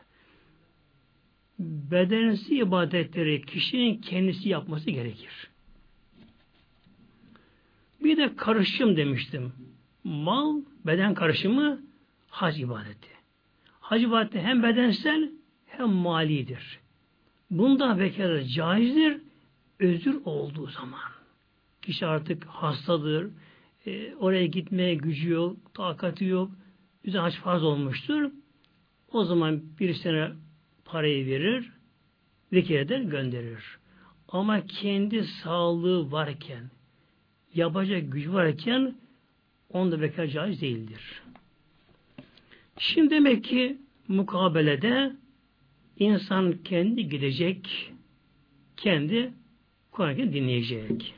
Bedensiz ibadetleri kişinin kendisi yapması gerekir. Bir de karışım demiştim. Mal, beden karışımı hac ibadeti. Hac ibadeti hem bedensel hem malidir. Bunda vekalet caizdir, özür olduğu zaman. Kişi artık hastadır, e, oraya gitmeye gücü yok, takati yok, üzerine hac farz olmuştur. O zaman birisine parayı verir, vekil eder, gönderir. Ama kendi sağlığı varken, yapacak gücü varken, onda vekalet caiz değildir. Şimdi demek ki mukabelede insan kendi gidecek, kendi Kur'an'ı dinleyecek.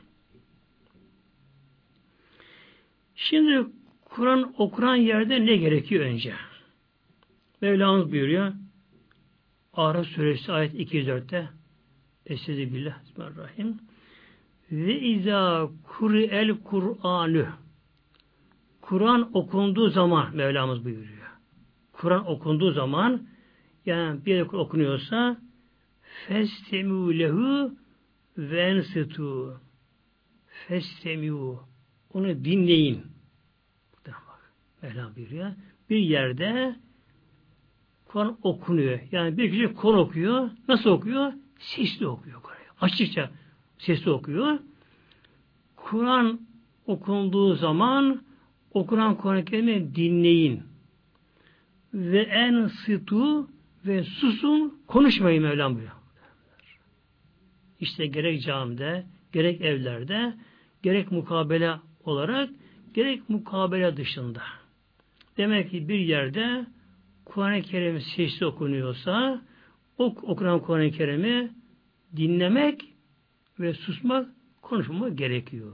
Şimdi Kur'an okunan yerde ne gerekiyor önce? Mevlamız buyuruyor. Araf suresi ayet iki yüz dörtte Estağfirullah. Bismillahirrahmanirrahim. Ve izâ kuri'el Kur'anü Kur'an okunduğu zaman Mevlamız buyuruyor. Kur'an okunduğu zaman yani bir yerde okunuyorsa festemû lehu ve ensitû festemû onu dinleyin. Bak, Mevlam buyuruyor. Bir yerde Kur'an okunuyor. Yani bir kişi Kur'an okuyor. Nasıl okuyor? Sesli okuyor. Açıkça sesli okuyor. Kur'an okunduğu zaman okunan Kur'an-ı Kerim'i dinleyin. Ve en sıtu ve susun konuşmayın Mevlam buyuruyor. İşte gerek camide, gerek evlerde, gerek mukabele olarak, gerek mukabele dışında. Demek ki bir yerde Kur'an-ı Kerim sesli okunuyorsa, ok okunan Kur'an-ı Kerim'i dinlemek ve susmak, konuşmamak gerekiyor.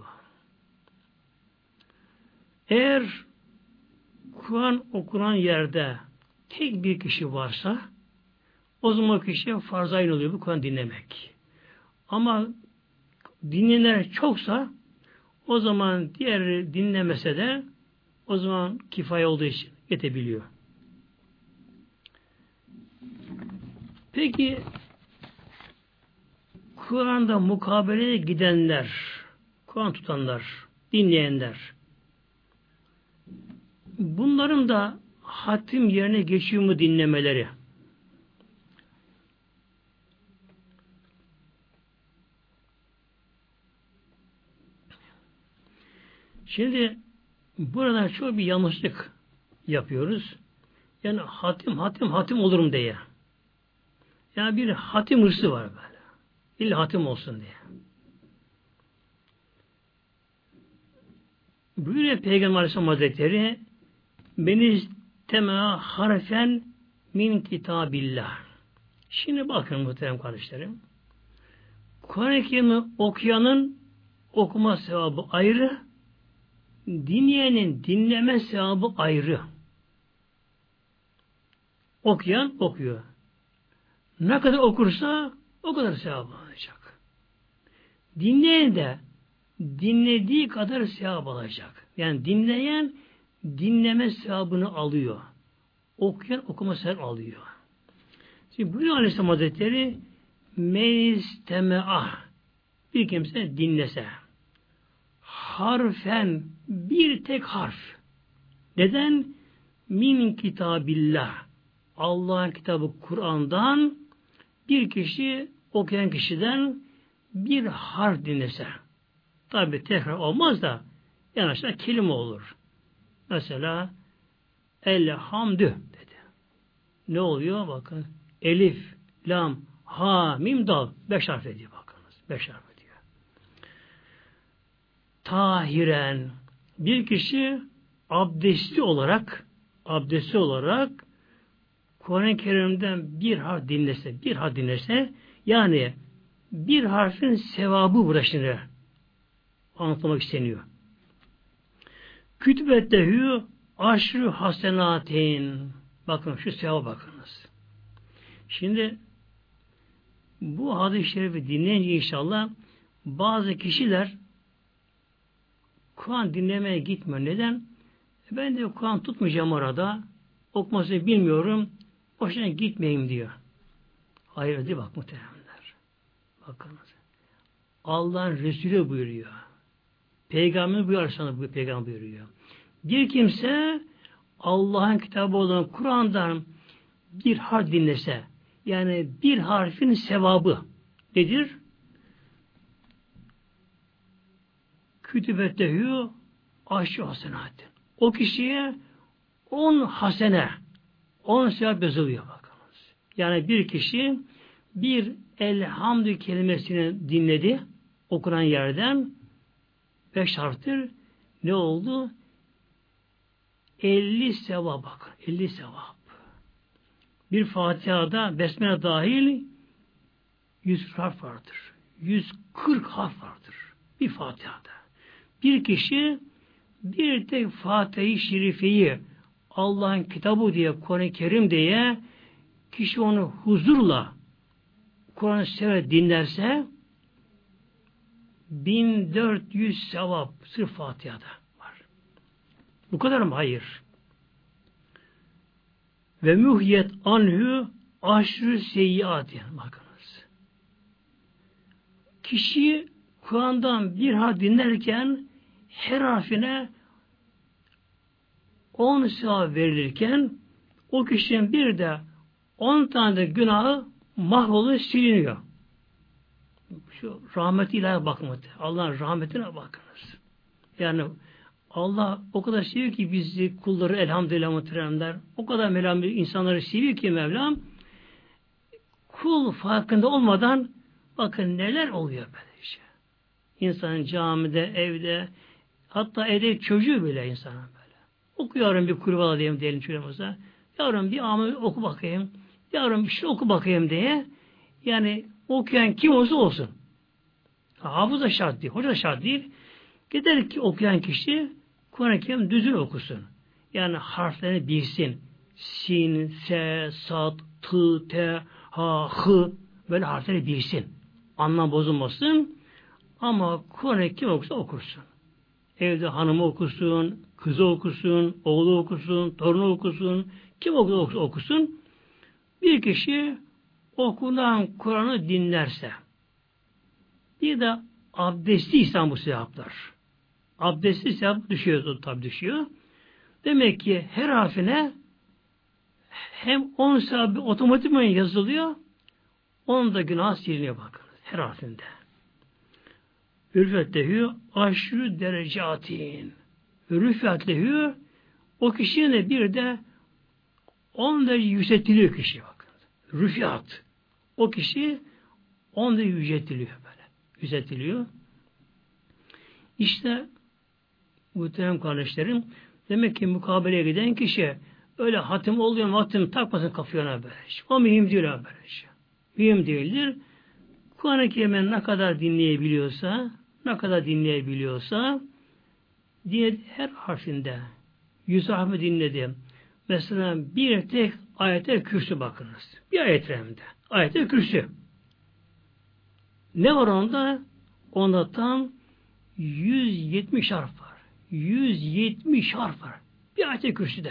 Eğer Kur'an okunan yerde tek bir kişi varsa, o zaman kişiye farz-ı oluyor bu Kur'an dinlemek. Ama dinleyenler çoksa, o zaman diğer dinlemese de o zaman kifaye olduğu için yetebiliyor. Peki Kur'an'da mukabeleye gidenler, Kur'an tutanlar, dinleyenler, bunların da hatim yerine geçiyor mu dinlemeleri? Şimdi burada çok bir yanlışlık yapıyoruz. Yani hatim, hatim, hatim olurum diye. Yani bir hatim hırsı var böyle. İlla hatim olsun diye. Buyuruyor Peygamber Aleyhisselam Hazretleri beni temel harfen min kitabillah. Şimdi bakın muhterem kardeşlerim. Kur'an-ı Kerim'i okuyanın okuma sevabı ayrı, dinleyenin dinleme sevabı ayrı. Okuyan okuyor. Ne kadar okursa o kadar sevap alacak. Dinleyen de dinlediği kadar sevap alacak. Yani dinleyen dinleme sevabını alıyor. Okuyan okuma sevabı alıyor. Şimdi buyuruyor Aleyhisselam Hazretleri meisteme'ah bir kimse dinlese harfen bir tek harf. Neden? Min kitabillah. Allah'ın kitabı Kur'an'dan bir kişi okuyan kişiden bir harf dinlese. Tabi tekrar olmaz da en aşağı kelime olur. Mesela elhamdü dedi. Ne oluyor? Bakın. Elif, lam, ha, mim, dal. Beş harf ediyor bakınız. Beş harf ediyor. Tahiren bir kişi abdestli olarak abdestli olarak Kur'an-ı Kerim'den bir harf dinlese, bir harf dinlese, yani bir harfin sevabı burada şimdi anlatmak isteniyor. Kütübettehü aşrü hasenatin. Bakın şu sevaba bakınız. Şimdi bu hadis-i şerifi dinleyince inşallah bazı kişiler Kur'an dinlemeye gitmiyor. Neden? Ben de Kur'an tutmayacağım orada. Okumasını bilmiyorum. Boşuna gitmeyeyim diyor. Hayır değil bak muhteremler. Bakınız. Allah'ın Resulü buyuruyor. Peygamber buyuruyor sana bu peygamber buyuruyor. Bir kimse Allah'ın kitabı olan Kur'an'dan bir harf dinlese, yani bir harfin sevabı nedir? Kütübettehü aşşı hasenat. O kişiye on hasene, on sevap yazılıyor bakınız. Yani bir kişi bir elhamdü kelimesini dinledi, okunan yerden beş harftir. Ne oldu? elli sevap bakın. elli sevap. Bir Fatiha'da Besmele dahil yüz harf vardır. yüz kırk harf vardır. Bir Fatiha'da. Bir kişi bir tek Fatiha-i Şerife'yi Allah'ın kitabı diye, Kur'an-ı Kerim diye kişi onu huzurla Kur'an-ı sever dinlerse bin dört yüz sevap sırf Fatiha'da var. Bu kadar mı? Hayır. Ve muhyet anhü aşrı seyyiati. Bakınız. Kişi Kur'an'dan bir harf dinlerken her harfine on sevap verilirken o kişinin bir de on tane de günahı mahvoluyor, siliniyor. Şu rahmet ilahi bakın. Allah'ın rahmetine bakınız. Yani Allah o kadar seviyor ki bizi kulları elhamdülillah muhteremler. O kadar Mevlam insanları seviyor ki Mevlam kul farkında olmadan bakın neler oluyor böyle şey. İnsanın camide, evde hatta evde çocuğu bile insana böyle. Okuyorum bir kurban diyeyim diyelim çocuğumuza. Yavrum bir amel oku bakayım. Yavrum bir şey oku bakayım diye. Yani okuyan kim olsa olsun. Hafız da şart değil. Hoca da şart değil. Gider ki okuyan kişi Kur'an-ı Kerim düzgün okusun. Yani harflerini bilsin. Sin, se, sat, tı, te, ha, hı böyle harfleri bilsin. Anlam bozulmasın. Ama Kur'an-ı Kerim okusa okursun. Evde hanımı okusun, kızı okusun, oğlu okusun, torunu okusun. Kim okusa okusun. Bir kişi okunan Kur'an'ı dinlerse bir de abdestli insan bu sevaplar. Abdestli sevap düşüyor, tabi düşüyor. Demek ki her harfine hem on sevabı otomatikman yazılıyor, on da günah siliniyor bakın. Her harfinde. Ürfetlehü aşırı derecatin. Ürfetlehü o kişinin de bir de on derece yükseltiliyor kişi bakın. Rüfiyat. O kişi onda yüceltiliyor böyle. Yüceltiliyor. İşte muhterem kardeşlerim, demek ki mukabeleye giden kişi öyle hatim oluyor mu hatim takmasın kafayana böyle. O mühim değil böyle. Mühim değildir. Kur'an-ı Kerim'i ne kadar dinleyebiliyorsa, ne kadar dinleyebiliyorsa, diye her harfinde yüz harfi dinledim. Mesela bir tek ayete kürsü bakınız. Bir ayet remde. Ayete kürsü. Ne var onda? Onda tam yüz yetmiş harf var. yüz yetmiş harf var. Bir ayete kürsüde.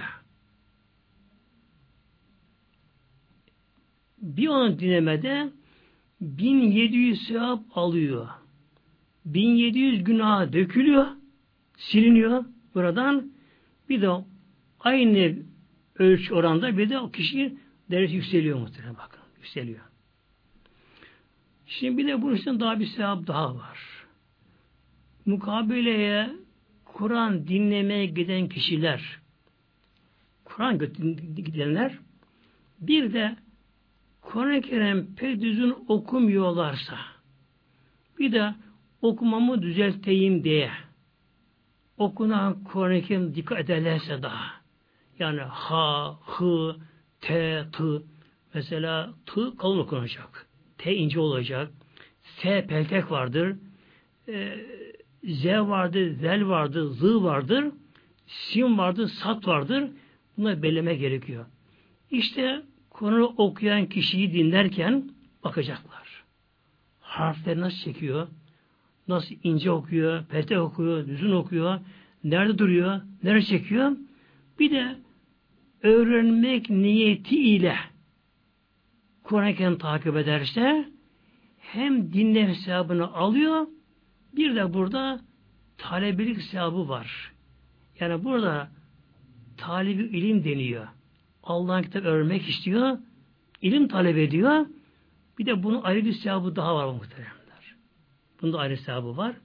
Bir onu dinlemede bin yedi yüz sevap alıyor. bin yedi yüz günah dökülüyor, siliniyor buradan. Bir de aynı ölçü oranda bir de o kişi derece yükseliyor muhtemelen bakın. Yükseliyor. Şimdi bir de bunun için daha bir sevap daha var. Mukabeleye Kur'an dinlemeye giden kişiler, Kur'an gidenler bir de Kur'an-ı Kerim pek düzgün okumuyorlarsa bir de okumamı düzelteyim diye okunan Kur'an-ı Kerim dikkat ederlerse daha yani ha, hı, te, tı mesela tı kalın okunacak. T ince olacak. S peltek vardır. E, Z vardır, zel vardır, z vardır. Sin vardır, sat vardır. Bunları belirleme gerekiyor. İşte konu okuyan kişiyi dinlerken bakacaklar. Harfleri nasıl çekiyor? Nasıl ince okuyor, peltek okuyor, düzgün okuyor, nerede duruyor, nerede çekiyor? Bir de öğrenmek niyetiyle Kur'an-ı Kerim takip ederse hem dinleme sevabını alıyor, bir de burada talebelik sevabı var. Yani burada talebi ilim deniyor. Allah'ın kitabı öğrenmek istiyor, ilim talep ediyor. Bir de bunun ayrı bir sevabı daha var muhteremler. Bunda ayrı sevabı var.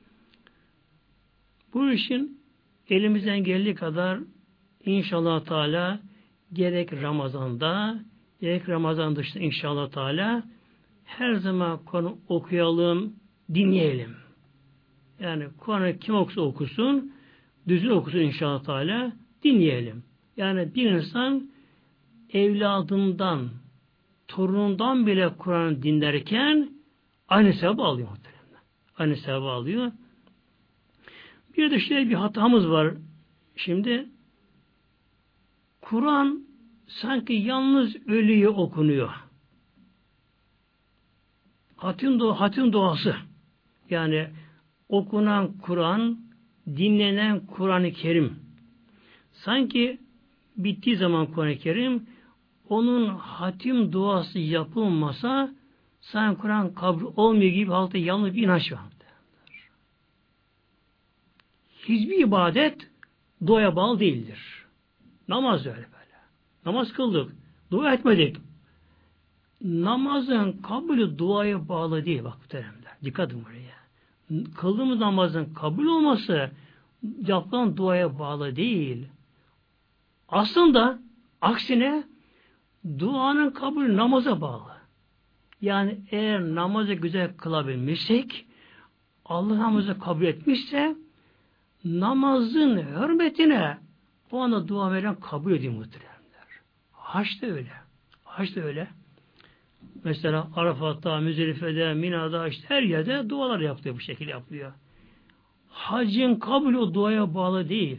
Bu işin elimizden geldiği kadar inşallah Teala gerek Ramazan'da gerek Ramazan dışında inşallah Teala her zaman konu okuyalım, dinleyelim. Yani Kur'an'ı kim okusa okusun, düzgün okusun inşallah Teala, dinleyelim. Yani bir insan evladından, torunundan bile Kur'an'ı dinlerken aynı sevabı alıyor muhtemelen. Aynı sevabı alıyor. Bir de şöyle bir hatamız var. Şimdi Kur'an sanki yalnız ölüye okunuyor. Hatim, dua, hatim duası. Yani okunan Kur'an, dinlenen Kur'an-ı Kerim. Sanki bittiği zaman Kur'an-ı Kerim onun hatim duası yapılmasa sanki Kur'an kabul olmuyor gibi halde yanlış bir inanç var. Hiçbir ibadet duaya bağlı değildir. Namaz öyle böyle. Namaz kıldık. Dua etmedik. Namazın kabulü duaya bağlı değil. Bak muhteremler. Dikkat edin buraya. Kıldığımız namazın kabul olması yapılan duaya bağlı değil. Aslında aksine duanın kabulü namaza bağlı. Yani eğer namazı güzel kılabilmişsek Allah namazı kabul etmişse namazın hürmetine o anda dua veren kabul ediyor muhteremler. Haç da öyle. Haç da öyle. Mesela Arafat'ta, Müzdelife'de, Mina'da işte her yerde dualar yapılıyor. Bu şekilde yapılıyor. Hacın kabulü o duaya bağlı değil.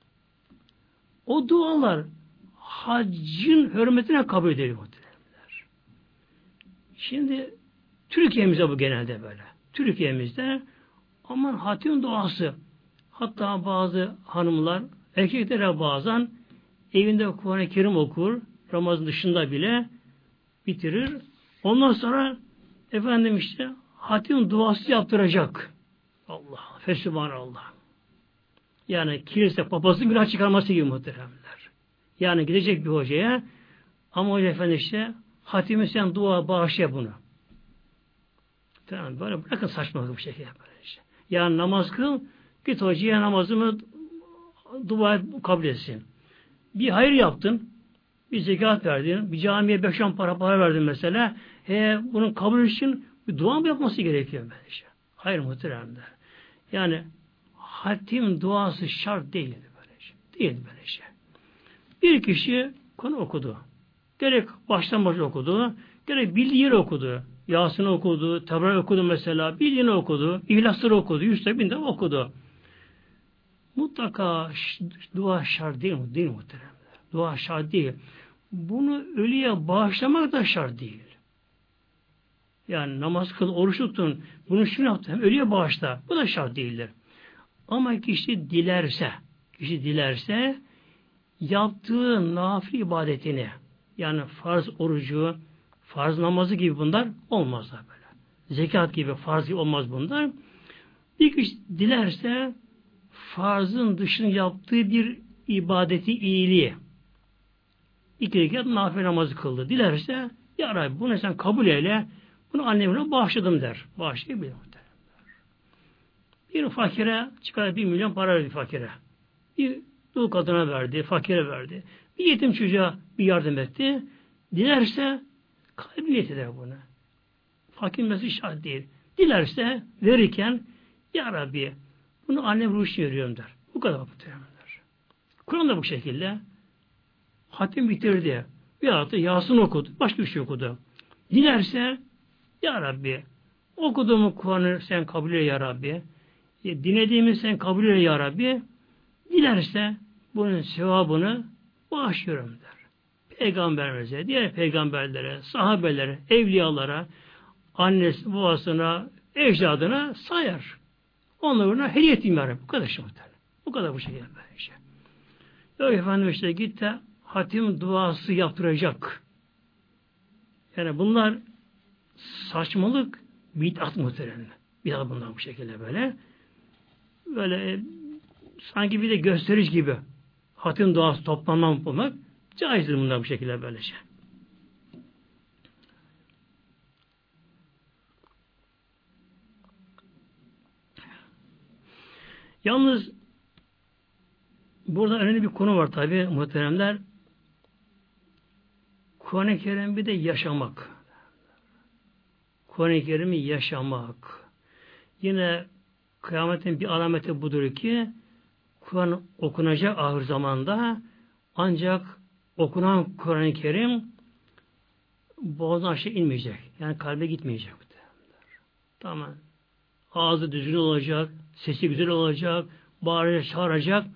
O dualar haccın hürmetine kabul ediliyor muhteremler. Şimdi Türkiye'mizde bu genelde böyle. Türkiye'mizde aman hatim duası. Hatta bazı hanımlar, erkekler bazen evinde Kur'an-ı Kerim okur, Ramazan dışında bile bitirir. Ondan sonra efendim işte hatim duası yaptıracak. Allah, fesubhanallah. Yani kilise papazın günah çıkarması gibi muhteremler. Yani gidecek bir hocaya ama hoca efendi işte hatimi sen dua bağışla bunu. Tamam, böyle bırakın saçmalık bu şekilde. Böyle işte. Yani namaz kıl, git hocaya namazımı dua kabul etsin. Bir hayır yaptın. bir zekat verdin, bir camiye beş on para para verdin mesela. E, bunun kabul için bir dua mı yapması gerekiyor böylece? Hayır muhteremler. Yani hatim duası şart değil böylece. Değil böylece. Bir kişi konu okudu. Gerek baştan başa okudu, gerek bildiği yeri okudu. Yasin okudu, Tevrat okudu mesela, bildiğini okudu, İhlas'ları okudu, yüzde bin de okudu. Mutlaka dua şart değil mi? Değil muhteremler. Dua şart değil. Bunu ölüye bağışlamak da şart değil. Yani namaz kıl, oruç tutun, bunu şunu yaptın, hem ölüye bağışla. Bu da şart değildir. Ama kişi dilerse, kişi dilerse yaptığı nafile ibadetini, yani farz orucu, farz namazı gibi bunlar olmazlar böyle. Zekat gibi farz gibi olmaz bunlar. Bir kişi dilerse farzın dışında yaptığı bir ibadeti, iyiliği, iki rekat nafile namazı kıldı. Dilerse, ya Rabbi bunu sen kabul eyle, bunu annemine bağışladım der. Bağışlayabilir der. Bir fakire çıkar bir milyon para verdi fakire. Bir dul kadına verdi, fakire verdi. Bir yetim çocuğa bir yardım etti. Dilerse kalbi niyet eder buna. Fakir mesela şart değil. Dilerse verirken ya Rabbi bunu annem ruhu için veriyorum der. Bu kadar muhtemelen. Kur'an da bu şekilde hatim bitirdi. Veyahut da Yasin okudu. Başka bir şey okudu. Dilerse ya Rabbi okuduğumu Kur'an'ı sen kabul eyle ya Rabbi. Dinlediğimi sen kabul eyle ya Rabbi. Dilerse bunun sevabını bağışlıyorum der. Peygamberimize, diğer peygamberlere, sahabelere, evliyalara, annesi, babasına, ecdadına sayar. Onlarına hediye ettiğim var. Bu kadar şey muhtemelen. Bu kadar bu şekilde böyle şey. Yok efendim işte git de hatim duası yaptıracak. Yani bunlar saçmalık, bid'at muhtemelen. Bid'at bunlar bu şekilde böyle. Böyle sanki bir de gösteriş gibi hatim duası toplanma bulmak caizdir bunlar bu şekilde böylece. Yalnız burada önemli bir konu var tabi muhteremler. Kur'an-ı Kerim bir de yaşamak. Kur'an-ı Kerim'i yaşamak. Yine kıyametin bir alameti budur ki Kur'an okunacak ahir zamanda ancak okunan Kur'an-ı Kerim boğazdan aşağı inmeyecek. Yani kalbe gitmeyecek. Tamam. Ağzı düzgün olacak, sesi güzel olacak, bağıracak, çağıracak,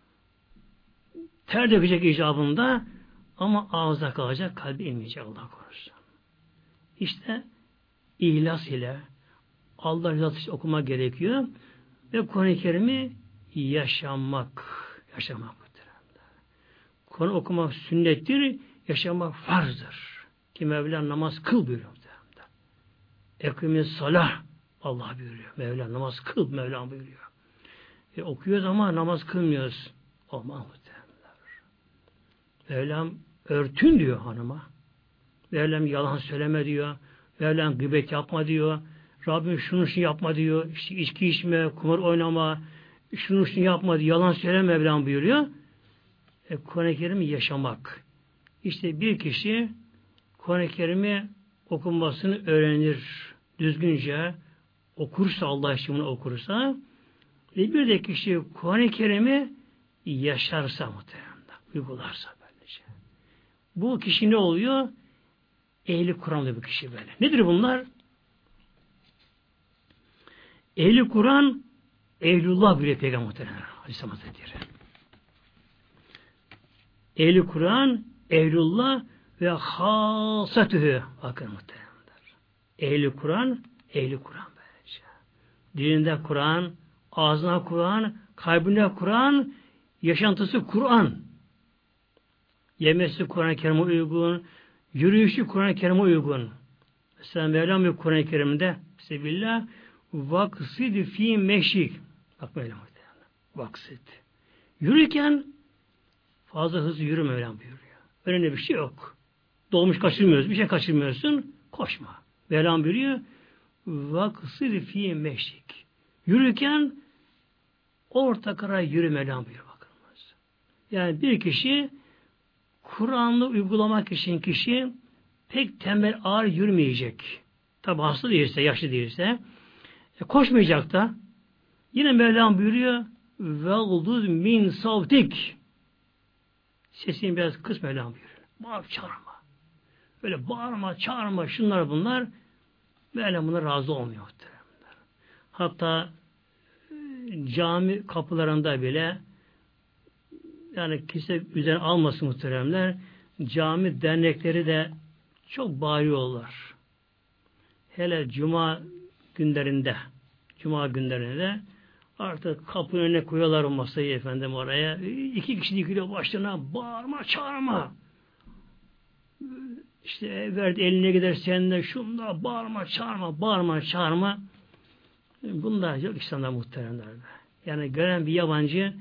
ter dökecek icabında ama ağızda kalacak, kalbi inmeyecek Allah korusun. İşte ihlas ile Allah rızası için okumak gerekiyor ve Kur'an-ı Kerim'i yaşamak. Yaşamak. Kur'an okumak sünnettir, yaşamak farzdır. Ki Mevla namaz kıl buyuruyor. Ekimiz salah Allah buyuruyor. Mevla namaz kıl Mevla buyuruyor. E, okuyoruz ama namaz kılmıyoruz. Olmaz muhtemelenler. Mevlam örtün diyor hanıma. Mevlam yalan söyleme diyor. Mevlam gıybet yapma diyor. Rabbim şunu şunu yapma diyor. İşte içki içme, kumar oynama, şunu şunu yapma diyor. Yalan söyleme Mevlam buyuruyor. E, Kur'an-ı Kerim'i yaşamak. İşte bir kişi Kur'an-ı Kerim'i okunmasını öğrenir. Düzgünce okursa, Allah için bunu okursa ve bir de kişi Kur'an-ı Kerim'i yaşarsa muhtemelen, uygularsa böylece. Bu kişi ne oluyor? Ehli Kur'an'da bu kişi böyle. Nedir bunlar? Ehli Kur'an, Ehlullah bile Peygamber muhtemelen. Aleyhisselam Hazretleri. Ehli Kur'an, Ehlullah ve hasatühü. Bakın muhtemelen. Ehli Kur'an, ehli Kur'an böylece. Dilinde Kur'an, ağzına Kur'an, kalbinde Kur'an, yaşantısı Kur'an. Yemesi Kur'an-ı Kerim'e uygun, yürüyüşü Kur'an-ı Kerim'e uygun. Mesela Mevlam bir Kur'an-ı Kerim'de Sebillah vaksid fi meşik. Bak Mevlam vaksid. Yürürken fazla hızlı yürü Mevlam buyuruyor. Öyle bir şey yok. Dolmuş kaçırmıyoruz. Bir şey kaçırmıyorsun. Koşma. Mevlam buyuruyor vaksid fi meşik. Yürürken orta kara yürü Mevlam buyuruyor bakınız. Yani bir kişi Kur'an'ı uygulamak için kişi pek tembel ağır yürümeyecek. Tabi hasta değilse, yaşlı değilse. E, koşmayacak da. Yine Mevlam buyuruyor ve'gudud min savtik. Sesini biraz kıs Mevlam buyuruyor. Bağır çağırma. Böyle bağırma, çağırma, şunlar bunlar. Mevlam buna razı olmuyor. Hatta cami kapılarında bile yani kimse üzerine almasın muhteremler. Cami dernekleri de çok bağırıyorlar. Hele cuma günlerinde cuma günlerinde artık kapının önüne koyuyorlar o masayı efendim oraya. İki kişi dikiliyor başlarına bağırma çağırma. İşte verdi eline gider seninle şunda bağırma çağırma bağırma çağırma. Bunlar yok İslam'da muhteremler. Yani gören bir yabancı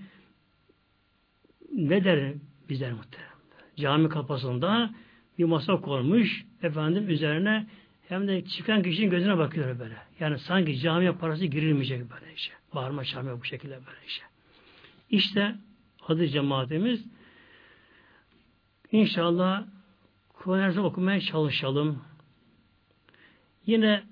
ne der bizler muhteremler. Cami kapısında bir masa koymuş efendim üzerine hem de çıkan kişinin gözüne bakıyor böyle. Yani sanki camiye parası girilmeyecek böyle işe. Bağırma çağırma bu şekilde böyle işe. İşte adı cemaatimiz İnşallah Kur'an'ı okumaya çalışalım. Yine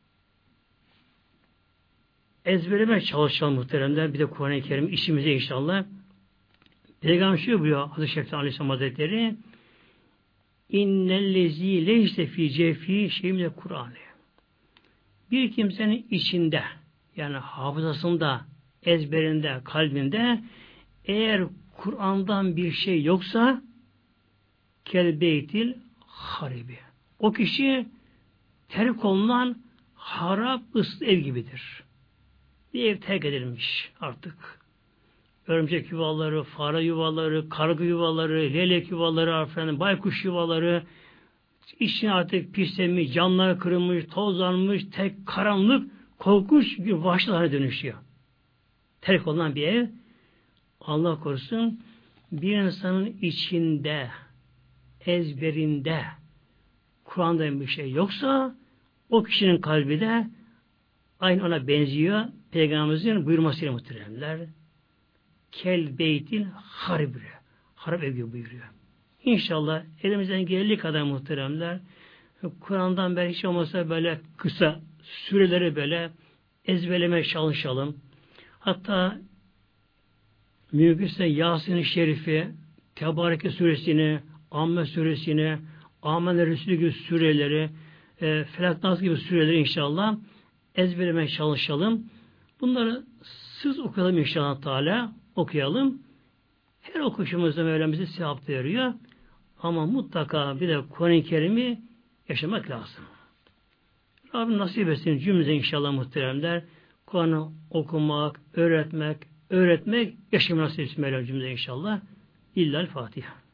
ezberlemeye çalışalım muhteremler. Bir de Kur'an-ı Kerim işimize inşallah. Peygamber şöyle buyuruyor Hazreti Şefti Aleyhisselam Hazretleri İnnellezî leyse fî cefî şeyimle Kur'an'ı. Bir kimsenin içinde yani hafızasında, ezberinde, kalbinde eğer Kur'an'dan bir şey yoksa kel beytil haribi. O kişi terk olunan harap ıslı ev gibidir. Bir ev terk edilmiş artık. Örümcek yuvaları, fare yuvaları, karga yuvaları, leylek yuvaları, efendim, baykuş yuvaları, içine artık pislenmiş, camlar kırılmış, tozlanmış, tek karanlık, korkunç bir vahşi dönüşüyor. Terk olunan bir ev, Allah korusun, bir insanın içinde, ezberinde, Kur'an'da bir şey yoksa, o kişinin kalbi de aynı ona benziyor. Peygamberimizin buyurmasıyla muhteremler. Kel beytin harbi. Harap ev gibi buyuruyor. İnşallah elimizden geldiği kadar muhteremler Kur'an'dan ben hiç olmasa böyle kısa süreleri böyle ezberlemeye çalışalım. Hatta mümkünse Yasin-i Şerif'i, Tebareke suresini, Amme suresini, Amen Resulü gibi sureleri, e, Felak Nas gibi sureleri inşallah ezberlemeye çalışalım. Bunları siz okuyalım inşallah Teala. Okuyalım. Her okuşumuzda Mevlamızı sevap veriyor. Ama mutlaka bir de Kur'an-ı Kerim'i yaşamak lazım. Rabbim nasip etsin cümlemize inşallah muhteremler. Kur'an'ı okumak, öğretmek, öğretmek, yaşamak nasip etsin Mevlam cümlemize inşallah. İllal Fatiha.